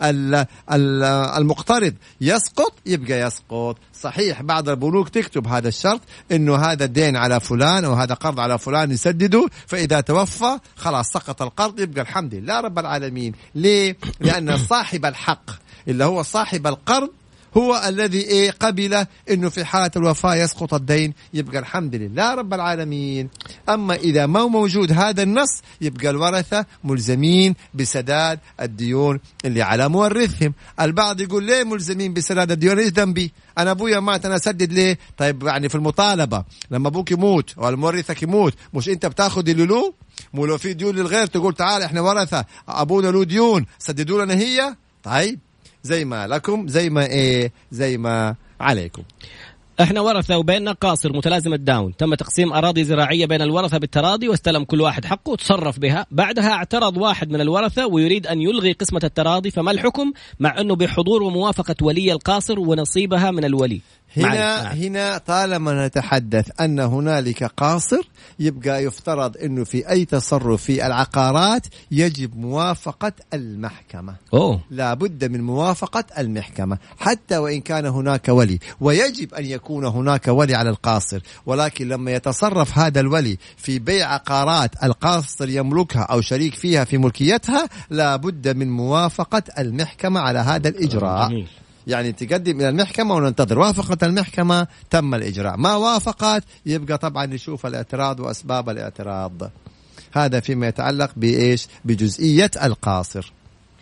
المقترض يسقط، يبقى يسقط. صحيح بعض البنوك تكتب هذا الشرط إنه هذا الدين على فلان أو هذا قرض على فلان يسدده، فإذا توفى خلاص سقط القرض، يبقى الحمد لله رب العالمين. ليه؟ لأن صاحب الحق اللي هو صاحب القرض هو الذي قبل إنه في حالة الوفاة يسقط الدين، يبقى الحمد لله رب العالمين. أما إذا ما موجود هذا النص يبقى الورثة ملزمين بسداد الديون اللي على مورثهم. البعض يقول ليه ملزمين بسداد الديون؟ إيش ذنبي؟ أنا أبويا مات أنا أسدد ليه؟ طيب يعني في المطالبة لما أبوك يموت والمورثك يموت مش أنت بتاخد اللي له؟ مو لو في ديون للغير تقول تعال إحنا ورثة أبونا له ديون سددوا لنا هي؟ طيب زي ما لكم زي ما عليكم. احنا ورثة وبيننا قاصر متلازم الداون، تم تقسيم أراضي زراعية بين الورثة بالتراضي واستلم كل واحد حقه وتصرف بها. بعدها اعترض واحد من الورثة ويريد أن يلغي قسمة التراضي، فما الحكم مع أنه بحضور وموافقة ولي القاصر ونصيبها من الولي؟ هنا طالما نتحدث أن هنالك قاصر يبقى يفترض أنه في أي تصرف في العقارات يجب موافقة المحكمة. لا بد من موافقة المحكمة حتى وإن كان هناك ولي، ويجب أن يكون هناك ولي على القاصر. ولكن لما يتصرف هذا الولي في بيع عقارات القاصر يملكها أو شريك فيها في ملكيتها لا بد من موافقة المحكمة على هذا الإجراء. يعني تقدم إلى المحكمة وننتظر. وافقت المحكمة تم الإجراء، ما وافقت يبقى طبعا نشوف الاعتراض وأسباب الاعتراض. هذا فيما يتعلق بإيش؟ بجزئية القاصر.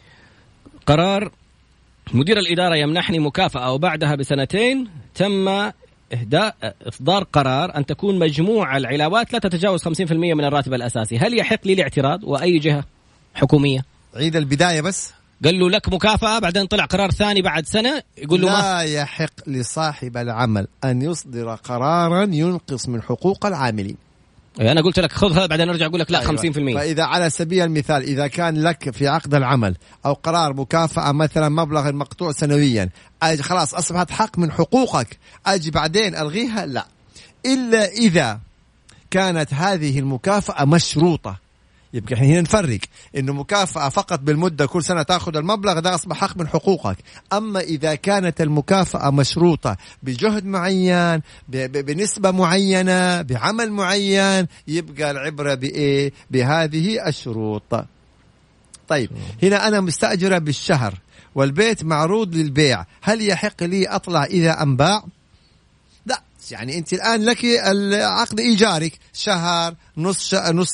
قرار مدير الإدارة يمنحني مكافأة وبعدها بسنتين تم إصدار قرار أن تكون مجموع العلاوات لا تتجاوز 50% من الراتب الأساسي، هل يحق لي الاعتراض وأي جهة حكومية؟ عيد البداية بس. قال له لك مكافأة، بعدين طلع قرار ثاني بعد سنة يقول له لا يحق لصاحب العمل أن يصدر قرارا ينقص من حقوق العاملين. أنا قلت لك خذها بعدين أرجع أقول لك لا 50%. فإذا على سبيل المثال إذا كان لك في عقد العمل أو قرار مكافأة مثلا مبلغ مقطوع سنويا، خلاص أصبحت حق من حقوقك، أجي بعدين ألغيها؟ لا، إلا إذا كانت هذه المكافأة مشروطة. يبقى احنا هنا نفرق انه مكافأة فقط بالمدة كل سنة تاخذ المبلغ ده اصبح حق من حقوقك. اما اذا كانت المكافأة مشروطة بجهد معين، بنسبة معينة، بعمل معين، يبقى العبرة بايه؟ بهذه الشروط. طيب هنا انا مستأجرة بالشهر والبيت معروض للبيع، هل يحق لي اطلع اذا انباع؟ لا، يعني أنت الآن لك العقد إيجارك شهر، نص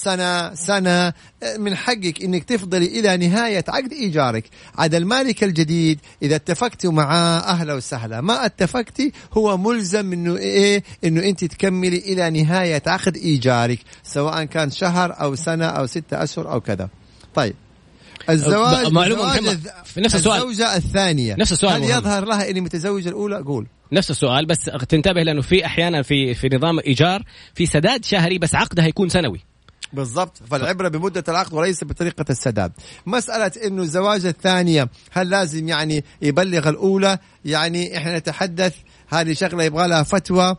سنة، من حقك إنك تفضلي إلى نهاية عقد إيجارك. عاد المالك الجديد إذا اتفقتي معاه أهلا وسهلا، ما اتفقتي هو ملزم إنه إيه؟ إنه أنت تكملي إلى نهاية عقد إيجارك، سواء كان شهر أو سنة أو 6 أشهر أو كذا. طيب الزواج في نفس السؤال، الزوجة الثانية نفس السؤال، هل يظهر لها إني متزوجة الأولى؟ قول نفس السؤال، بس تنتبه لأنه في أحيانا في نظام إيجار في سداد شهري بس عقدها يكون سنوي. بالضبط، فالعبرة بمدة العقد وليس بطريقة السداد. مسألة إنه الزواج الثانية هل لازم يعني يبلغ الأولى؟ يعني إحنا نتحدث هذه شغلة يبغى لها فتوى،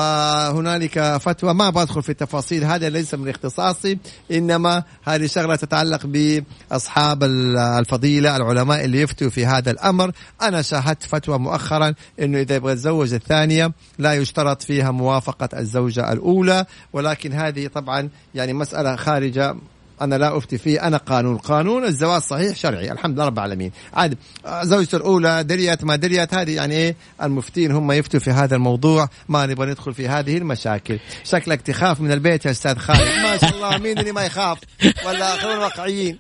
وهنالك فتوى ما بدخل في التفاصيل، هذا ليس من اختصاصي، إنما هذه شغلة تتعلق بأصحاب الفضيلة العلماء اللي يفتوا في هذا الأمر. أنا شاهدت فتوى مؤخرا إنه إذا يبغى يتزوج الثانية لا يشترط فيها موافقة الزوجة الأولى، ولكن هذه طبعا يعني مسألة خارجة، أنا لا أفتي فيه. أنا قانون الزواج صحيح شرعي الحمد لله رب العالمين. عاد زوجته الأولى دريت ما دريت، هذه يعني إيه، المفتين هم يفتوا في هذا الموضوع، ما نبغى ندخل في هذه المشاكل. شكلك تخاف من البيت يا أستاذ خالد. ما شاء الله، مين اللي ما يخاف؟ ولا خلونا واقعيين.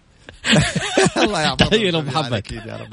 الله يعافيك. طيب محمد.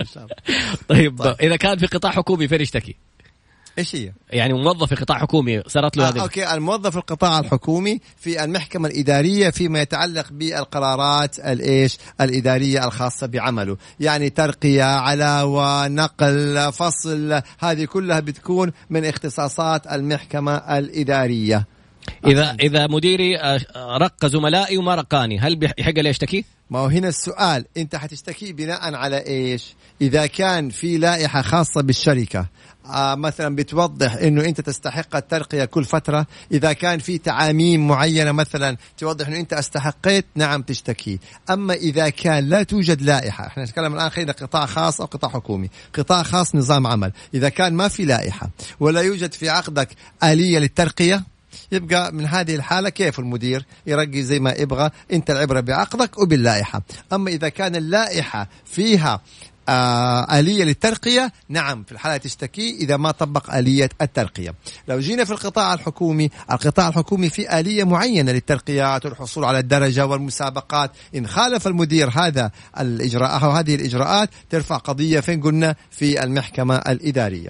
طيب إذا كان في قطاع حكومي فين يشتكي؟ إيش هي؟ يعني موظف في قطاع حكومي صارت له هذه. أوكي، الموظف في القطاع الحكومي في المحكمة الإدارية فيما يتعلق بالقرارات الإدارية الخاصة بعمله، يعني ترقية، علاوة، نقل، فصل، هذه كلها بتكون من اختصاصات المحكمة الإدارية. إذا مديري رق زملائي وما رقاني، هل يحق لي أشتكي؟ ما هو هنا السؤال، أنت حتشتكي بناء على إيش؟ إذا كان في لائحة خاصة بالشركة مثلا بتوضح إنه أنت تستحق الترقية كل فترة، إذا كان في تعاميم معينة مثلا توضح إنه أنت استحقيت، نعم تشتكي. أما إذا كان لا توجد لائحة، إحنا نتكلم الآن خلينا قطاع خاص أو قطاع حكومي، قطاع خاص نظام عمل، إذا كان ما في لائحة ولا يوجد في عقدك آلية للترقية، يبقى من هذه الحالة كيف المدير يرقي زي ما يبغى؟ أنت العبرة بعقدك وباللائحة. أما إذا كان اللائحة فيها آلية للترقية، نعم في الحالة تشتكي إذا ما طبق آلية الترقية. لو جينا في القطاع الحكومي، القطاع الحكومي في آلية معينة للترقيات والحصول على الدرجة والمسابقات، إن خالف المدير هذا الإجراء أو هذه الإجراءات ترفع قضية فين قلنا؟ في المحكمة الإدارية.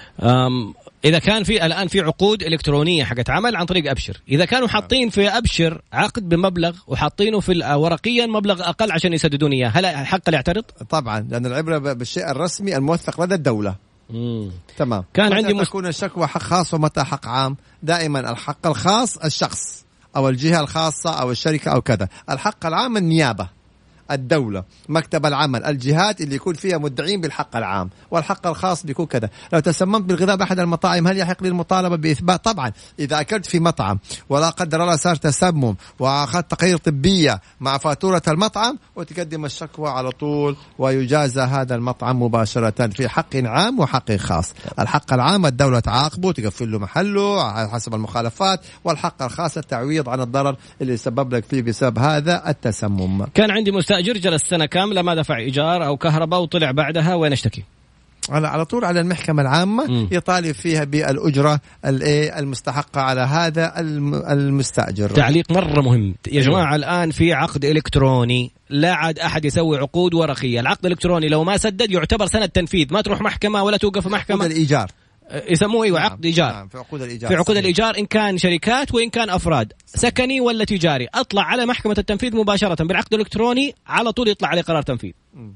إذا كان في الآن في عقود إلكترونية حقت عمل عن طريق أبشر، إذا كانوا حاطين في أبشر عقد بمبلغ وحاطينه في ورقيا مبلغ أقل عشان يسددون إياه، هل حق يعترض؟ طبعا، لأن العبرة بالشيء الرسمي الموثق لدى الدولة. تمام. كان عندي تكون الشكوى حق خاص ومتى حق عام؟ دائما الحق الخاص الشخص أو الجهة الخاصة أو الشركة أو كذا، الحق العام النيابة، الدولة، مكتب العمل، الجهات اللي يكون فيها مدعين بالحق العام، والحق الخاص بيكون كذا. لو تسممت بالغذاء بأحد المطاعم هل يحق لي المطالبة بإثبات؟ طبعا، إذا أكلت في مطعم ولا قدر الله صار تسمم وأخذت تقارير طبية مع فاتورة المطعم، وتقدم الشكوى على طول ويجازى هذا المطعم مباشرة في حق عام وحق خاص. الحق العام الدولة تعاقبه تقفل له محله على حسب المخالفات، والحق الخاص التعويض عن الضرر اللي سبب لك فيه بسبب هذا التسمم. كان عندي مستأجر جلس سنة كاملة ما دفع إيجار أو كهرباء وطلع بعدها، وين أشتكي؟ على طول على المحكمة العامة يطالب فيها بالأجرة المستحقة على هذا المستأجر. تعليق مرة مهم يا جماعة، الآن في عقد إلكتروني، لا عاد أحد يسوي عقود ورقية. العقد الإلكتروني لو ما سدد يعتبر سنة تنفيذ، ما تروح محكمة ولا توقف محكمة. عقد الإيجار يسموه أيوة عقد إيجار. نعم. في عقود الإيجار، في عقود الإيجار إن كان شركات وإن كان أفراد، سكني ولا تجاري، أطلع على محكمة التنفيذ مباشرة. بالعقد الإلكتروني على طول يطلع عليه قرار تنفيذ.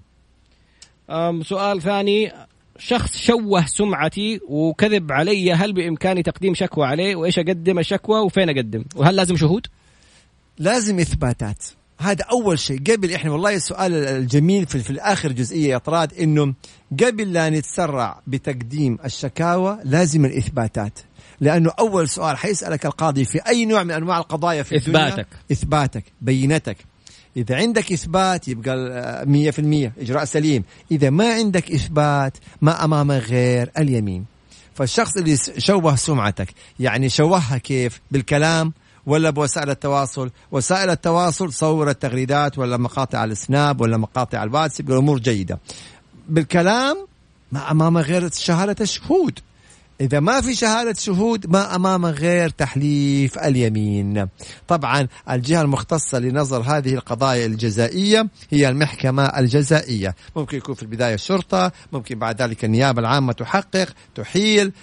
سؤال ثاني، شخص شوه سمعتي وكذب علي، هل بإمكاني تقديم شكوى عليه؟ وإيش أقدم الشكوى وفين أقدم؟ وهل لازم شهود؟ لازم إثباتات، هذا أول شيء. قبل إحنا والله السؤال الجميل في الآخر جزئية يا طراد، إنه قبل لا نتسرع بتقديم الشكاوى لازم الإثباتات، لأنه أول سؤال حيسألك القاضي في أي نوع من أنواع القضايا في الدنيا إثباتك بينتك. إذا عندك إثبات يبقى 100% إجراء سليم، إذا ما عندك إثبات ما أمامك غير اليمين. فالشخص اللي شوه سمعتك يعني شوهها كيف؟ بالكلام ولا بوسائل التواصل؟ وسائل التواصل صور التغريدات ولا مقاطع على السناب ولا مقاطع على الواتساب، الأمور جيدة. بالكلام ما أمامك غير شهادة الشهود، إذا ما في شهادة شهود ما أمامك غير تحليف اليمين. طبعا الجهة المختصة لنظر هذه القضايا الجزائية هي المحكمة الجزائية، ممكن يكون في البداية الشرطة، ممكن بعد ذلك النيابة العامة تحقق تحيل،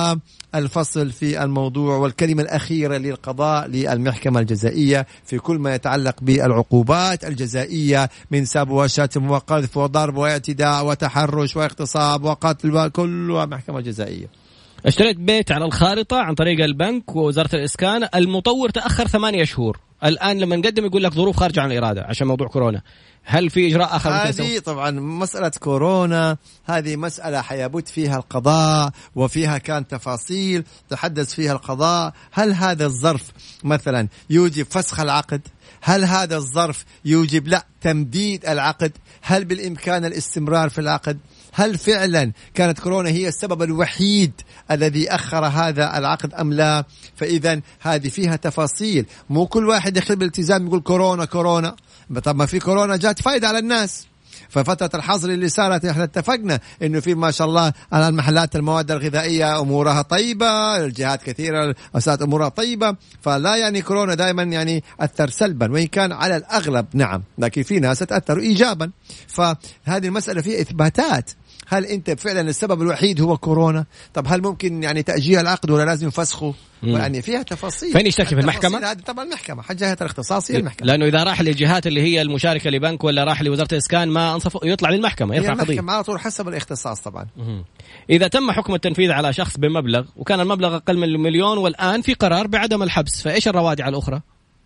والفصل في الموضوع والكلمة الأخيرة للقضاء للمحكمة الجزائية في كل ما يتعلق بالعقوبات الجزائية من سب وشتم وقذف وضرب واعتداء وتحرش واغتصاب وقتل، كلها محكمة جزائية. اشتريت بيت على الخارطة عن طريق البنك ووزارة الإسكان، المطور تأخر 8 شهور، الآن لما نقدم يقول لك ظروف خارجة عن الإرادة عشان موضوع كورونا. هل في إجراء آخر؟ هذه طبعا مسألة كورونا، هذه مسألة حيبت فيها القضاء وفيها كان تفاصيل تحدث فيها القضاء. هل هذا الظرف مثلا يوجب فسخ العقد؟ هل هذا الظرف يوجب لا تمديد العقد؟ هل بالإمكان الاستمرار في العقد؟ هل فعلا كانت كورونا هي السبب الوحيد الذي أخر هذا العقد أم لا؟ فإذا هذه فيها تفاصيل، مو كل واحد يخل بالالتزام يقول كورونا كورونا. طب ما في كورونا جات فايدة على الناس. ففترة الحظر اللي صارت احنا اتفقنا انه في ما شاء الله على المحلات المواد الغذائية امورها طيبة، الجهات كثيرة اسات امورها طيبة، فلا يعني كورونا دائما يعني اثر سلبا، وان كان على الاغلب نعم، لكن في ناس تاثروا ايجابا. فهذه المسألة فيها اثباتات، هل انت فعلا السبب الوحيد هو كورونا؟ طب هل ممكن يعني تأجيل العقد ولا لازم يفسخه؟ يعني فيها تفاصيل. فين يشتكي؟ في المحكمة؟ هذه طبعا المحكمة، جهة الاختصاص هي المحكمة، لأنه إذا راح للجهات اللي هي المشاركة لبنك ولا راح لوزارة الإسكان ما أنصفوا يطلع للمحكمة يرفع قضية. المحكمة على طول حسب الاختصاص طبعا. إذا تم حكم التنفيذ على شخص بمبلغ وكان المبلغ أقل من 1,000,000 والآن في قرار بعدم الحبس، فإيش الروادع الأخرى؟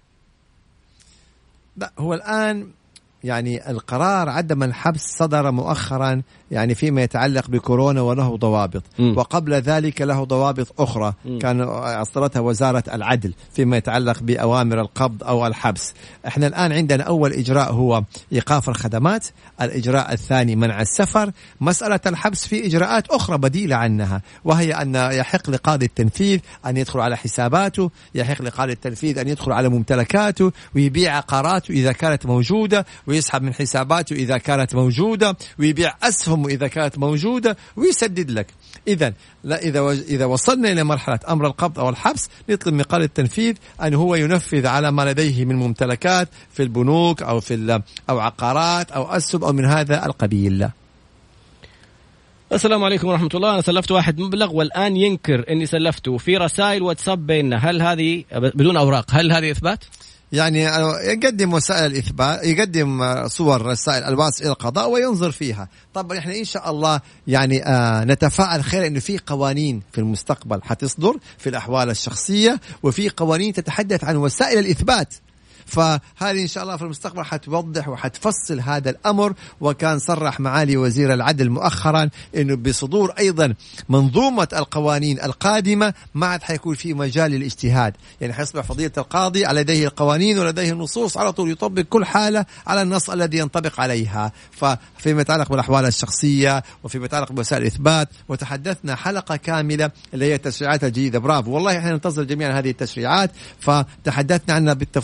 لا هو الآن يعني القرار عدم الحبس صدر مؤخرا يعني فيما يتعلق بكورونا وله ضوابط، وقبل ذلك له ضوابط أخرى كان أصدرتها وزارة العدل فيما يتعلق بأوامر القبض أو الحبس. احنا الآن عندنا أول إجراء هو إيقاف الخدمات، الإجراء الثاني منع السفر. مسألة الحبس في إجراءات أخرى بديلة عنها، وهي أن يحق لقاضي التنفيذ أن يدخل على حساباته، يحق لقاضي التنفيذ أن يدخل على ممتلكاته ويبيع عقاراته إذا كانت موجودة، ويسحب من حساباته إذا كانت موجودة، ويبيع أسهم إذا كانت موجودة، ويسدد لك. إذا وصلنا إلى مرحلة أمر القبض أو الحبس نطلب من قاضي التنفيذ أن هو ينفذ على ما لديه من ممتلكات في البنوك أو أو عقارات أو أسهم أو من هذا القبيل. السلام عليكم ورحمة الله. أنا سلفت واحد مبلغ والآن ينكر إني سلفته، في رسائل واتساب بيننا، هل هذه بدون أوراق، هل هذه إثبات؟ يعني يقدم وسائل الإثبات، يقدم صور رسائل الواصل إلى القضاء وينظر فيها. طبعا إحنا إن شاء الله يعني نتفاعل خير إنه في قوانين في المستقبل حتصدر في الأحوال الشخصية، وفي قوانين تتحدث عن وسائل الإثبات، فهذه إن شاء الله في المستقبل حتوضح وحتفصل هذا الأمر. وكان صرح معالي وزير العدل مؤخرا إنه بصدور أيضا منظومة القوانين القادمة ما عاد حيكون في مجال للاجتهاد، يعني حيصبح فضيلة القاضي لديه القوانين ولديه النصوص على طول يطبق كل حالة على النص الذي ينطبق عليها. فيما يتعلق بالأحوال الشخصية وفيما يتعلق بوسائل الإثبات، وتحدثنا حلقة كاملة اللي هي التشريعات الجديدة. برافو والله، احنا ننتظر جميعا هذه التشريعات، فتحدثنا عنها بالتفصيل وتتذكر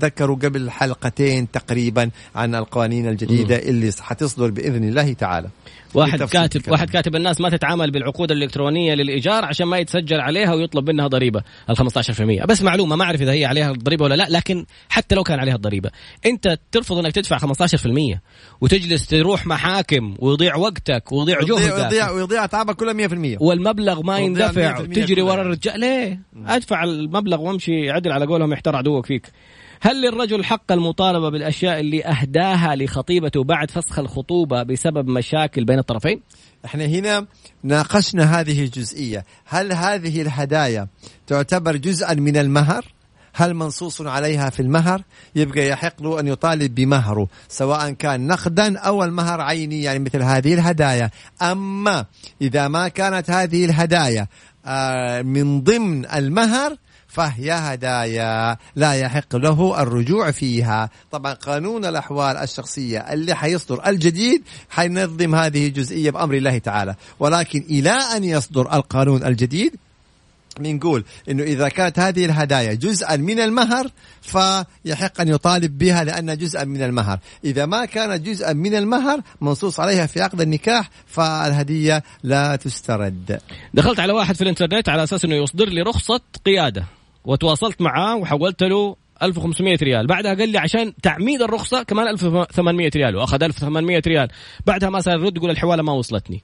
تذكروا قبل حلقتين تقريبا عن القوانين الجديدة اللي حتصدر بإذن الله تعالى. واحد كاتب الناس ما تتعامل بالعقود الإلكترونية للإيجار عشان ما يتسجل عليها ويطلب منها ضريبة 15%. بس معلومة ما أعرف إذا هي عليها الضريبة ولا لا، لكن حتى لو كان عليها الضريبة أنت ترفض أنك تدفع 15% وتجلس تروح محاكم ويضيع وقتك ويضيع جهدك ويضيع تعبك كله 100%، والمبلغ ما يندفع وتجري ورا الرجال. ليه؟ أدفع المبلغ وامشي عدل على قولهم يحتار عدوك فيك. هل للرجل حق المطالبة بالأشياء اللي أهداها لخطيبته بعد فسخ الخطوبة بسبب مشاكل بين الطرفين؟ احنا هنا ناقشنا هذه الجزئية. هل هذه الهدايا تعتبر جزءا من المهر؟ هل منصوص عليها في المهر؟ يبقى يحق له أن يطالب بمهره سواء كان نقدا أو المهر عيني، يعني مثل هذه الهدايا. أما إذا ما كانت هذه الهدايا من ضمن المهر فهي هدايا لا يحق له الرجوع فيها. طبعا قانون الأحوال الشخصية اللي حيصدر الجديد حينظم هذه الجزئية بأمر الله تعالى، ولكن إلى أن يصدر القانون الجديد بنقول إنه إذا كانت هذه الهدايا جزءا من المهر فيحق أن يطالب بها لأنها جزءا من المهر. إذا ما كانت جزءا من المهر منصوص عليها في عقد النكاح فالهدية لا تسترد. دخلت على واحد في الانترنت على أساس إنه يصدر لي رخصة قيادة، وتواصلت معاه وحولت له 1500 ريال. بعدها قال لي عشان تعميد الرخصة كمان 1800 ريال، وأخذ 1800 ريال. بعدها ما صار يرد، يقول الحوالة ما وصلتني.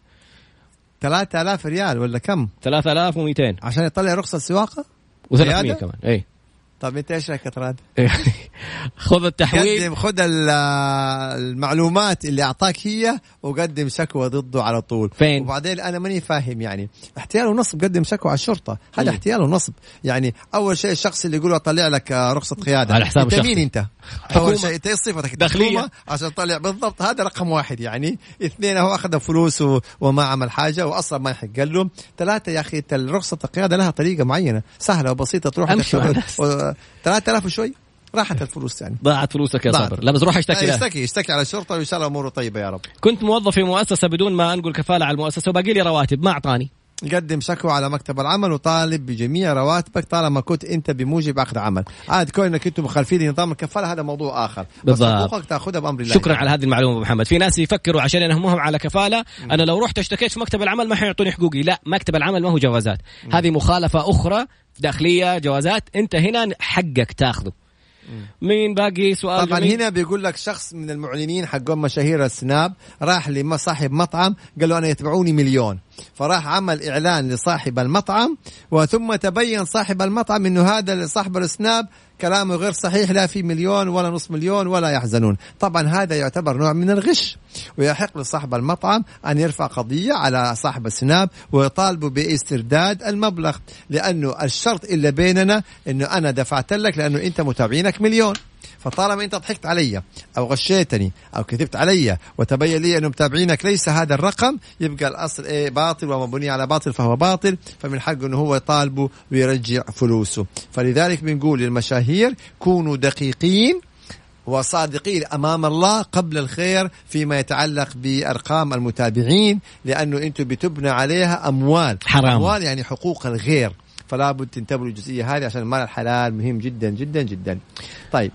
3000 ريال ولا كم؟ 3200 عشان يطلع رخصة سواقة و300 كمان. اي طب انت ايش رايك يا تراد؟ خذ التحويل، خذ المعلومات اللي اعطاك هي وقدم شكوى ضده على طول. فين؟ وبعدين انا ماني فاهم يعني احتيال ونصب، قدم شكوى على الشرطه، هذا احتيال ونصب. يعني اول شيء الشخص اللي يقول اطلع لك رخصة قيادة على حساب انت مين انت؟ اول شيء انت صفتك داخلية عشان تطلع بالضبط، هذا رقم واحد. يعني اثنين هو اخذ فلوس وما عمل حاجه واصلا ما يحق له. ثلاثة يا اخي رخصة القيادة لها طريقه معينه سهله وبسيطه تروح 3000 وشوي راحت الفلوس، يعني ضاعت فلوسك يا صابر. لا بس روح اشتكي على الشرطة وإن شاء الله أموره طيبة يا رب. كنت موظف في مؤسسة بدون ما أنقل كفالة على المؤسسة وباقي لي رواتب ما أعطاني. قدم شكوى على مكتب العمل وطالب بجميع رواتبك طالما كنت أنت بموجب عقد عمل. عاد كونك أنتم مخالفين لنظام الكفالة هذا موضوع آخر، بس حقوقك تأخذها بأمر الله. شكرا على هذه المعلومة محمد. في ناس يفكروا عشان ينهمهم على كفالة أنا لو رحت اشتكيت في مكتب العمل ما حيعطوني حقوقي. لا، مكتب العمل ما هو جوازات، هذه مخالفة أخرى داخلية، جوازات. أنت هنا حقك تأخذه. مين باقي سؤال؟ طبعا هنا بيقول لك شخص من المعلنين حقهم مشاهير السناب راح لصاحب مطعم قال له أنا يتبعوني 1,000,000، فراح عمل إعلان لصاحب المطعم وثم تبين صاحب المطعم إنه هذا صاحب السناب كلامه غير صحيح، لا في 1,000,000 ولا نص مليون ولا يحزنون. طبعا هذا يعتبر نوع من الغش، ويحق لصاحب المطعم أن يرفع قضية على صاحب السناب ويطالبه باسترداد المبلغ، لأنه الشرط إلا بيننا إنه أنا دفعت لك لأنه أنت متابعينك 1,000,000، فطالما أنت ضحكت علي أو غشيتني أو كذبت علي وتبين لي أنه متابعينك ليس هذا الرقم، يبقى الأصل باطل ومبني على باطل فهو باطل، فمن حقه أنه هو يطالبه ويرجع فلوسه. فلذلك بنقول للمشاهير كونوا دقيقين وصادقين أمام الله قبل الخير فيما يتعلق بأرقام المتابعين، لأنه أنتم بتبنى عليها أموال حرام، أموال يعني حقوق الغير، فلا بد تنتبهوا للجزئية هذه عشان المال الحلال مهم جدا جدا جدا. طيب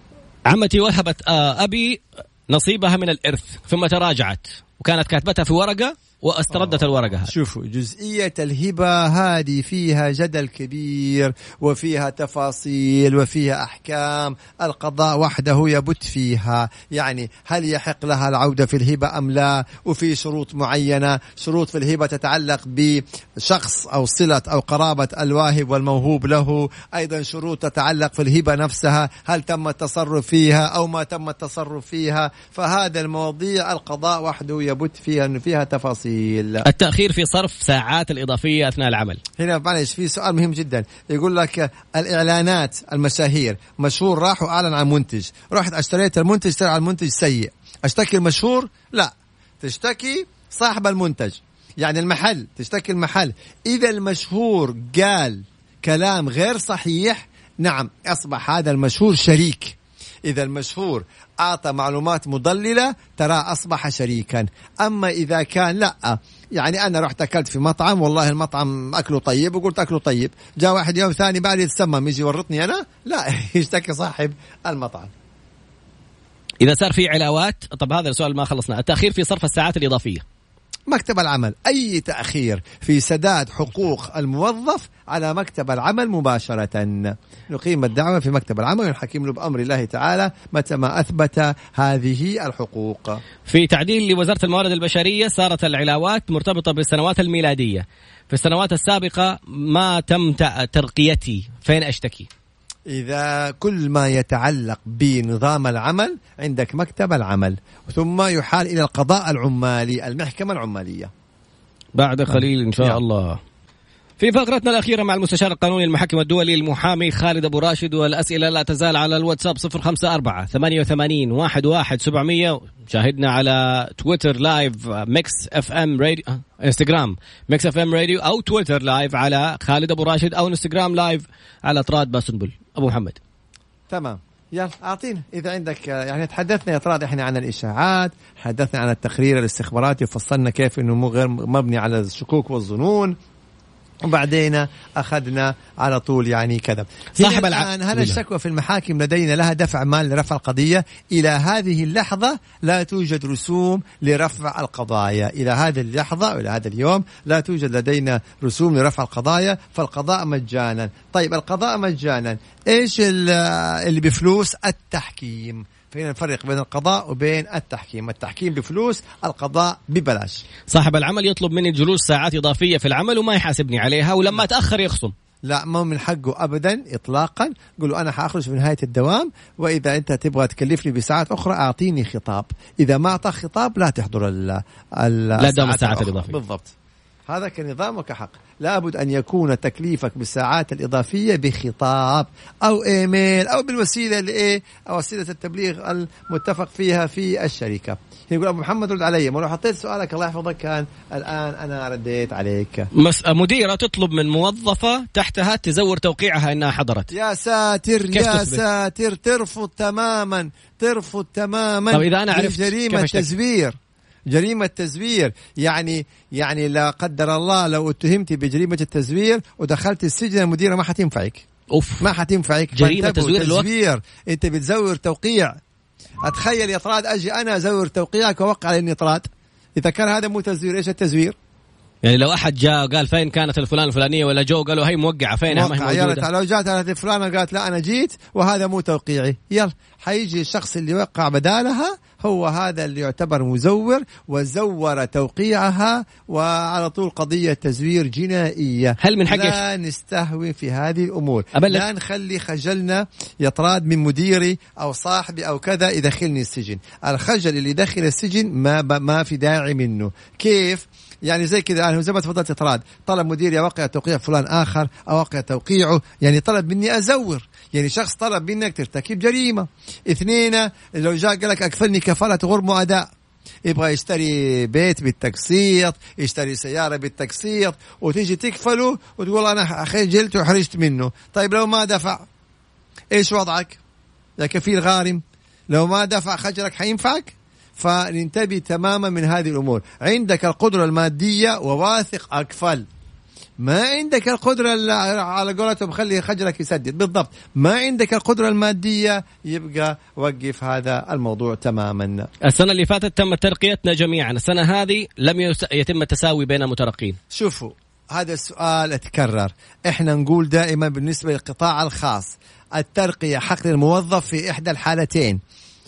عمتي وهبت أبي نصيبها من الإرث ثم تراجعت وكانت كاتبتها في ورقة واستردت الورقة هذه. شوفوا جزئية الهبة هذه فيها جدل كبير وفيها تفاصيل وفيها أحكام، القضاء وحده يبت فيها. يعني هل يحق لها العودة في الهبة أم لا؟ وفي شروط معينة، شروط في الهبة تتعلق بشخص أو صلة أو قرابة الواهب والموهوب له، أيضا شروط تتعلق في الهبة نفسها، هل تم التصرف فيها أو ما تم التصرف فيها. فهذا المواضيع القضاء وحده يبت فيها أنه فيها تفاصيل. التأخير في صرف ساعات الإضافية أثناء العمل. هنا معلش في سؤال مهم جدا، يقول لك الإعلانات المشاهير، مشهور راح وأعلن عن منتج، رحت اشتريت المنتج طلع المنتج سيء، اشتكي المشهور؟ لا، تشتكي صاحب المنتج، يعني المحل، تشتكي المحل. إذا المشهور قال كلام غير صحيح، نعم أصبح هذا المشهور شريك. إذا المشهور أعطى معلومات مضللة ترى أصبح شريكا. أما إذا كان لا، يعني أنا رحت أكلت في مطعم والله المطعم أكله طيب وقلت أكله طيب، جاء واحد يوم ثاني بعد يتسمم يجي يورطني أنا، لا يشتكي صاحب المطعم. إذا صار في علاوات، طب هذا السؤال ما خلصنا، التأخير في صرف الساعات الإضافية. مكتب العمل أي تأخير في سداد حقوق الموظف على مكتب العمل مباشرة، نقيم الدعوة في مكتب العمل ونحكم له بأمر الله تعالى متى ما أثبت هذه الحقوق. في تعديل لوزارة الموارد البشرية صارت العلاوات مرتبطة بالسنوات الميلادية، في السنوات السابقة ما تم ترقيتي، فين أشتكي؟ إذا كل ما يتعلق بنظام العمل عندك مكتب العمل، ثم يحال إلى القضاء العمالي، المحكمة العمالية بعد قليل إن شاء الله. في فقرتنا الأخيرة مع المستشار القانوني المحكم الدولي المحامي خالد أبو راشد، والأسئلة لا تزال على الواتساب 054-88-11700. شاهدنا على تويتر لايف ميكس اف ام راديو، انستغرام ميكس اف ام راديو، أو تويتر لايف على خالد أبو راشد، أو انستغرام لايف على طراد باسنبل. أبو محمد تمام، يلا أعطينا إذا عندك. يعني تحدثنا يا طراد إحنا عن الإشاعات، حدثنا عن التقرير الاستخباراتي وفصلنا كيف إنه مو غير مبني على الشكوك والظنون، وبعدين أخذنا على طول يعني كذا. صاحب الآن هل الشكوى في المحاكم لدينا لها دفع مال لرفع القضية؟ إلى هذه اللحظة لا توجد رسوم لرفع القضايا، إلى هذه اللحظة وإلى هذا اليوم لا توجد لدينا رسوم لرفع القضايا، فالقضاء مجانا. طيب القضاء مجانا، إيش اللي بفلوس؟ التحكيم. فين الفرق بين القضاء وبين التحكيم؟ التحكيم بفلوس، القضاء ببلاش. صاحب العمل يطلب مني جلوس ساعات إضافية في العمل وما يحاسبني عليها، ولما تأخر يخصم. لا، ما من حقه أبدا إطلاقا. قولوا أنا حأخرج في نهاية الدوام، وإذا أنت تبغى تكلفني بساعات أخرى أعطيني خطاب. إذا ما أعطى خطاب لا تحضر لا دام الساعات الإضافية. بالضبط، هذا كنظام وكحق. لابد أن يكون تكليفك بالساعات الإضافية بخطاب أو إيميل أو بالوسيلة الإيه أو وسيلة التبليغ المتفق فيها في الشركة. يقول أبو محمد رد علي، ما لو حطيت سؤالك الله يحفظك كان الآن أنا رديت عليك. مديرة تطلب من موظفة تحتها تزور توقيعها إنها حضرت. يا ساتر يا ساتر، ترفض تماما، ترفض تماما. طب إذا أنا عرفت جريمة تزوير، جريمة تزوير. يعني لا قدر الله لو اتهمت بجريمة التزوير ودخلت السجن، المديرة ما حتنفعك. ما حتنفعك. جريمة تزوير انت بتزور توقيع. اتخيل يا طراد اجي انا ازور توقيعك ووقع على اني طراد. اذا كان هذا مو تزوير، ايش التزوير؟ يعني لو احد جاء قال فين كانت الفلان الفلانيه، ولا جو قالوا هي موقعه فينها ما هي موجوده. لو جات هذه فلانه قالت لا انا جيت وهذا مو توقيعي، يلا حيجي الشخص اللي وقع بدالها، هو هذا اللي يعتبر مزور وزور توقيعها، وعلى طول قضية تزوير جنائية. هل من حقك لا نستهوي في هذه الأمور؟ لا نخلي خجلنا يطراد من مديري أو صاحبي أو كذا يدخلني السجن. الخجل اللي يدخل السجن ما في داعي منه. كيف؟ يعني زي كذا، أنا زي ما تفضلت إطراد، طلب مديري أوقع توقيع فلان آخر، أوقع توقيعه، يعني طلب مني أزور. يعني شخص طلب منك ترتكب جريمة. 2، لو جاء قال لك أكفلني كفالة غرم وأداء، يبغى يشتري بيت بالتقسيط، يشتري سيارة بالتقسيط، وتيجي تكفله وتقول أنا خجلت وحرجت منه. طيب لو ما دفع إيش وضعك يا كفيل غارم؟ لو ما دفع خجلك حينفعك؟ فننتبه تماما من هذه الأمور. عندك القدرة المادية وواثق أكفل، ما عندك القدرة على قولتهم خلي خجلك يسدد. بالضبط، ما عندك القدرة المادية يبقى وقف هذا الموضوع تماما. السنة اللي فاتت تم ترقيتنا جميعا، السنة هذه لم يتم التساوي بين المترقين. شوفوا هذا السؤال اتكرر، احنا نقول دائما بالنسبة للقطاع الخاص الترقية حق للموظف في إحدى الحالتين: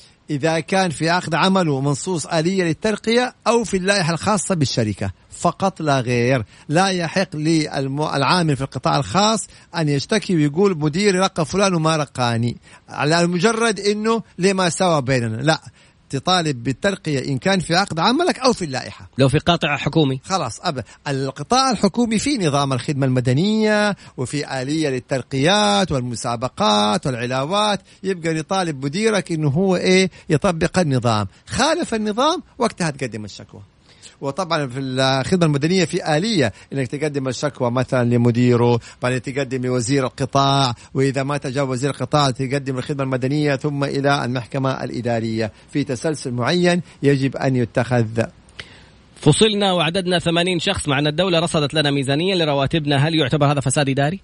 إذا كان في عقد عمله منصوص آلية للترقية، أو في اللائحة الخاصة بالشركة فقط لا غير. لا يحق للعامل في القطاع الخاص أن يشتكي ويقول مديري رقى فلان وما رقاني، على مجرد إنه لما سوى بيننا. لا، تطالب بالترقية إن كان في عقد عملك أو في اللائحة. لو في قاطع حكومي خلاص القطاع الحكومي في نظام الخدمة المدنية، وفي آلية للترقيات والمسابقات والعلاوات، يبقى يطالب مديرك إنه هو يطبق النظام. خالف النظام وقتها تقدم الشكوى. وطبعا في الخدمة المدنية في آلية إنك تقدم الشكوى مثلا لمديره، بعدين تقدم لوزير القطاع، وإذا ما تجاوب وزير القطاع تقدم الخدمة المدنية ثم إلى المحكمة الإدارية في تسلسل معين يجب أن يتخذ. فصلنا وعددنا 80 شخص، مع أن الدولة رصدت لنا ميزانية لرواتبنا، هل يعتبر هذا فساد إداري؟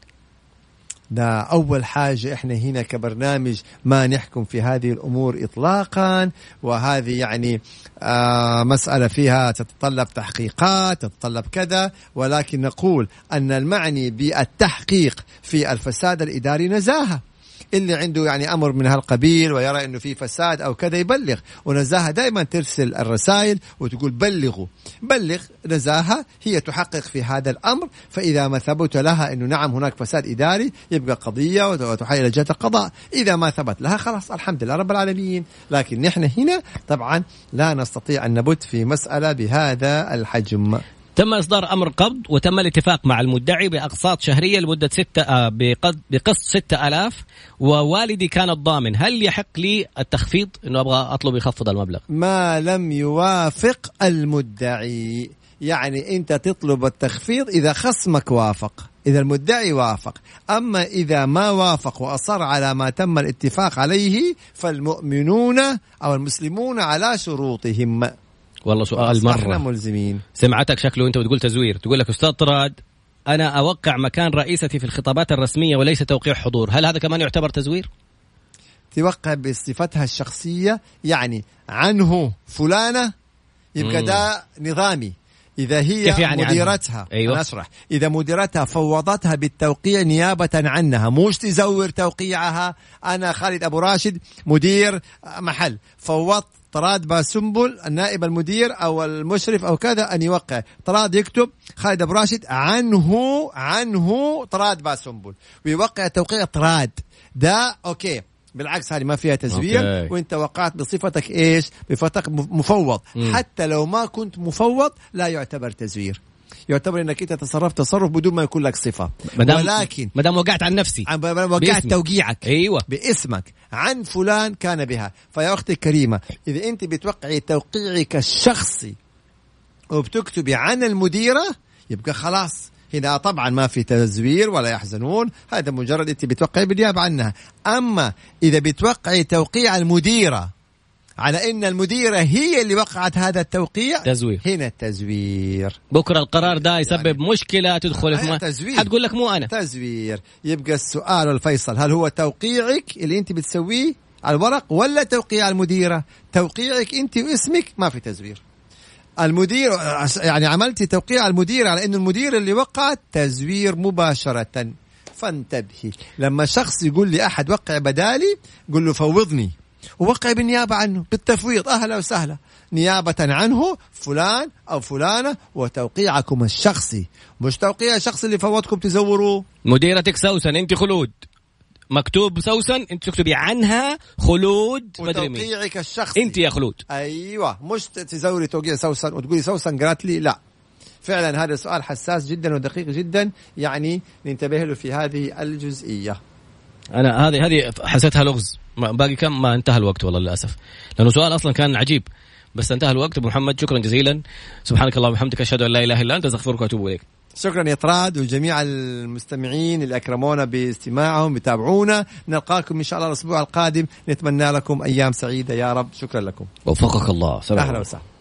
ده أول حاجة إحنا هنا كبرنامج ما نحكم في هذه الأمور إطلاقا، وهذه يعني مسألة فيها تتطلب تحقيقات، تتطلب كذا، ولكن نقول أن المعني بالتحقيق في الفساد الإداري نزاهة. اللي عنده يعني أمر من هالقبيل ويرى أنه في فساد أو كذا يبلغ، ونزاهة دائما ترسل الرسائل وتقول بلغوا. بلغ نزاهة هي تحقق في هذا الأمر، فإذا ما ثبت لها أنه نعم هناك فساد إداري يبقى قضية وتحيل إلى جهة القضاء، إذا ما ثبت لها خلاص الحمد لله رب العالمين. لكن نحن هنا طبعا لا نستطيع أن نبت في مسألة بهذا الحجم. تم إصدار أمر قبض وتم الاتفاق مع المدعي بأقساط شهرية لمدة بقسط 6000، ووالدي كان الضامن، هل يحق لي التخفيض إنه أبغى أطلب يخفض المبلغ؟ ما لم يوافق المدعي، يعني أنت تطلب التخفيض إذا خصمك وافق، إذا المدعي وافق. أما إذا ما وافق وأصر على ما تم الاتفاق عليه فالمؤمنون أو المسلمون على شروطهم. والله سؤال مرة ملزمين. سمعتك شكله أنت بتقول تزوير، تقول لك أستاذ طراد أنا أوقع مكان رئيستي في الخطابات الرسمية وليس توقيع حضور، هل هذا كمان يعتبر تزوير؟ توقع بصفتها الشخصية، يعني عنه فلانة يبقى ده نظامي. إذا هي يعني مديرتها أيوة. أنا أشرح، إذا مديرتها فوضتها بالتوقيع نيابة عنها، مش تزور توقيعها. أنا خالد أبو راشد مدير محل، فوضت طراد باسنبل النائب المدير أو المشرف أو كذا أن يوقع، طراد يكتب خالد أبو راشد عنه طراد باسنبل ويوقع توقيع طراد، ده أوكي. بالعكس هذه ما فيها تزوير، وانت وقعت بصفتك ايش؟ بصفتك مفوض. حتى لو ما كنت مفوض لا يعتبر تزوير، يعتبر انك انت تصرفت تصرف بدون ما يكون لك صفة. ولكن ما دام وقعت عن نفسي، وقعت توقيعك ايوه باسمك عن فلان كان بها. فيا اختي الكريمة، اذا انت بتوقعي توقيعك الشخصي وبتكتبي عن المديرة يبقى خلاص هنا طبعا ما في تزوير ولا يحزنون، هذا مجرد انت بتوقعي بالنيابة عنها. اما اذا بتوقعي توقيع المديرة على ان المديرة هي اللي وقعت هذا التوقيع، تزوير. هنا التزوير. بكرة القرار ده يسبب يعني مشكلة تدخل في تزوير، حتقول لك مو انا تزوير. يبقى السؤال الفيصل، هل هو توقيعك اللي انت بتسويه على الورق ولا توقيع المديرة؟ توقيعك انت واسمك ما في تزوير. المدير يعني عملتي توقيع المدير على انه المدير اللي وقع، تزوير مباشرة. فانتبهي لما شخص يقول لي احد وقع بدالي، قل له فوضني ووقع بالنيابة عنه بالتفويض، اهلا وسهلا، نيابة عنه فلان او فلانة، وتوقيعكم الشخصي مش توقيع الشخص اللي فوضكم تزوروه. مديرتك سوسن انت خلود، مكتوب سوسن انت تكتبي عنها خلود، وتوقيعك الشخصي انت يا خلود. ايوه، مش تزوري توقيع سوسن وتقولي سوسن قالت لي لا. فعلا هذا سؤال حساس جدا ودقيق جدا، يعني ننتبه له في هذه الجزئية. انا هذه حسيتها لغز، باقي كم ما انتهى الوقت والله للاسف، لانه سؤال اصلا كان عجيب بس انتهى الوقت. ابو محمد شكرا جزيلا، سبحانك اللهم وبحمدك، اشهد ان لا اله الا انت، استغفرك واتوب اليك. شكرا يا طراد وجميع المستمعين اللي أكرمونا باستماعهم بتابعونا. نلقاكم إن شاء الله الأسبوع القادم، نتمنى لكم أيام سعيدة يا رب. شكرا لكم، وفقك الله. أهلا وسهلا.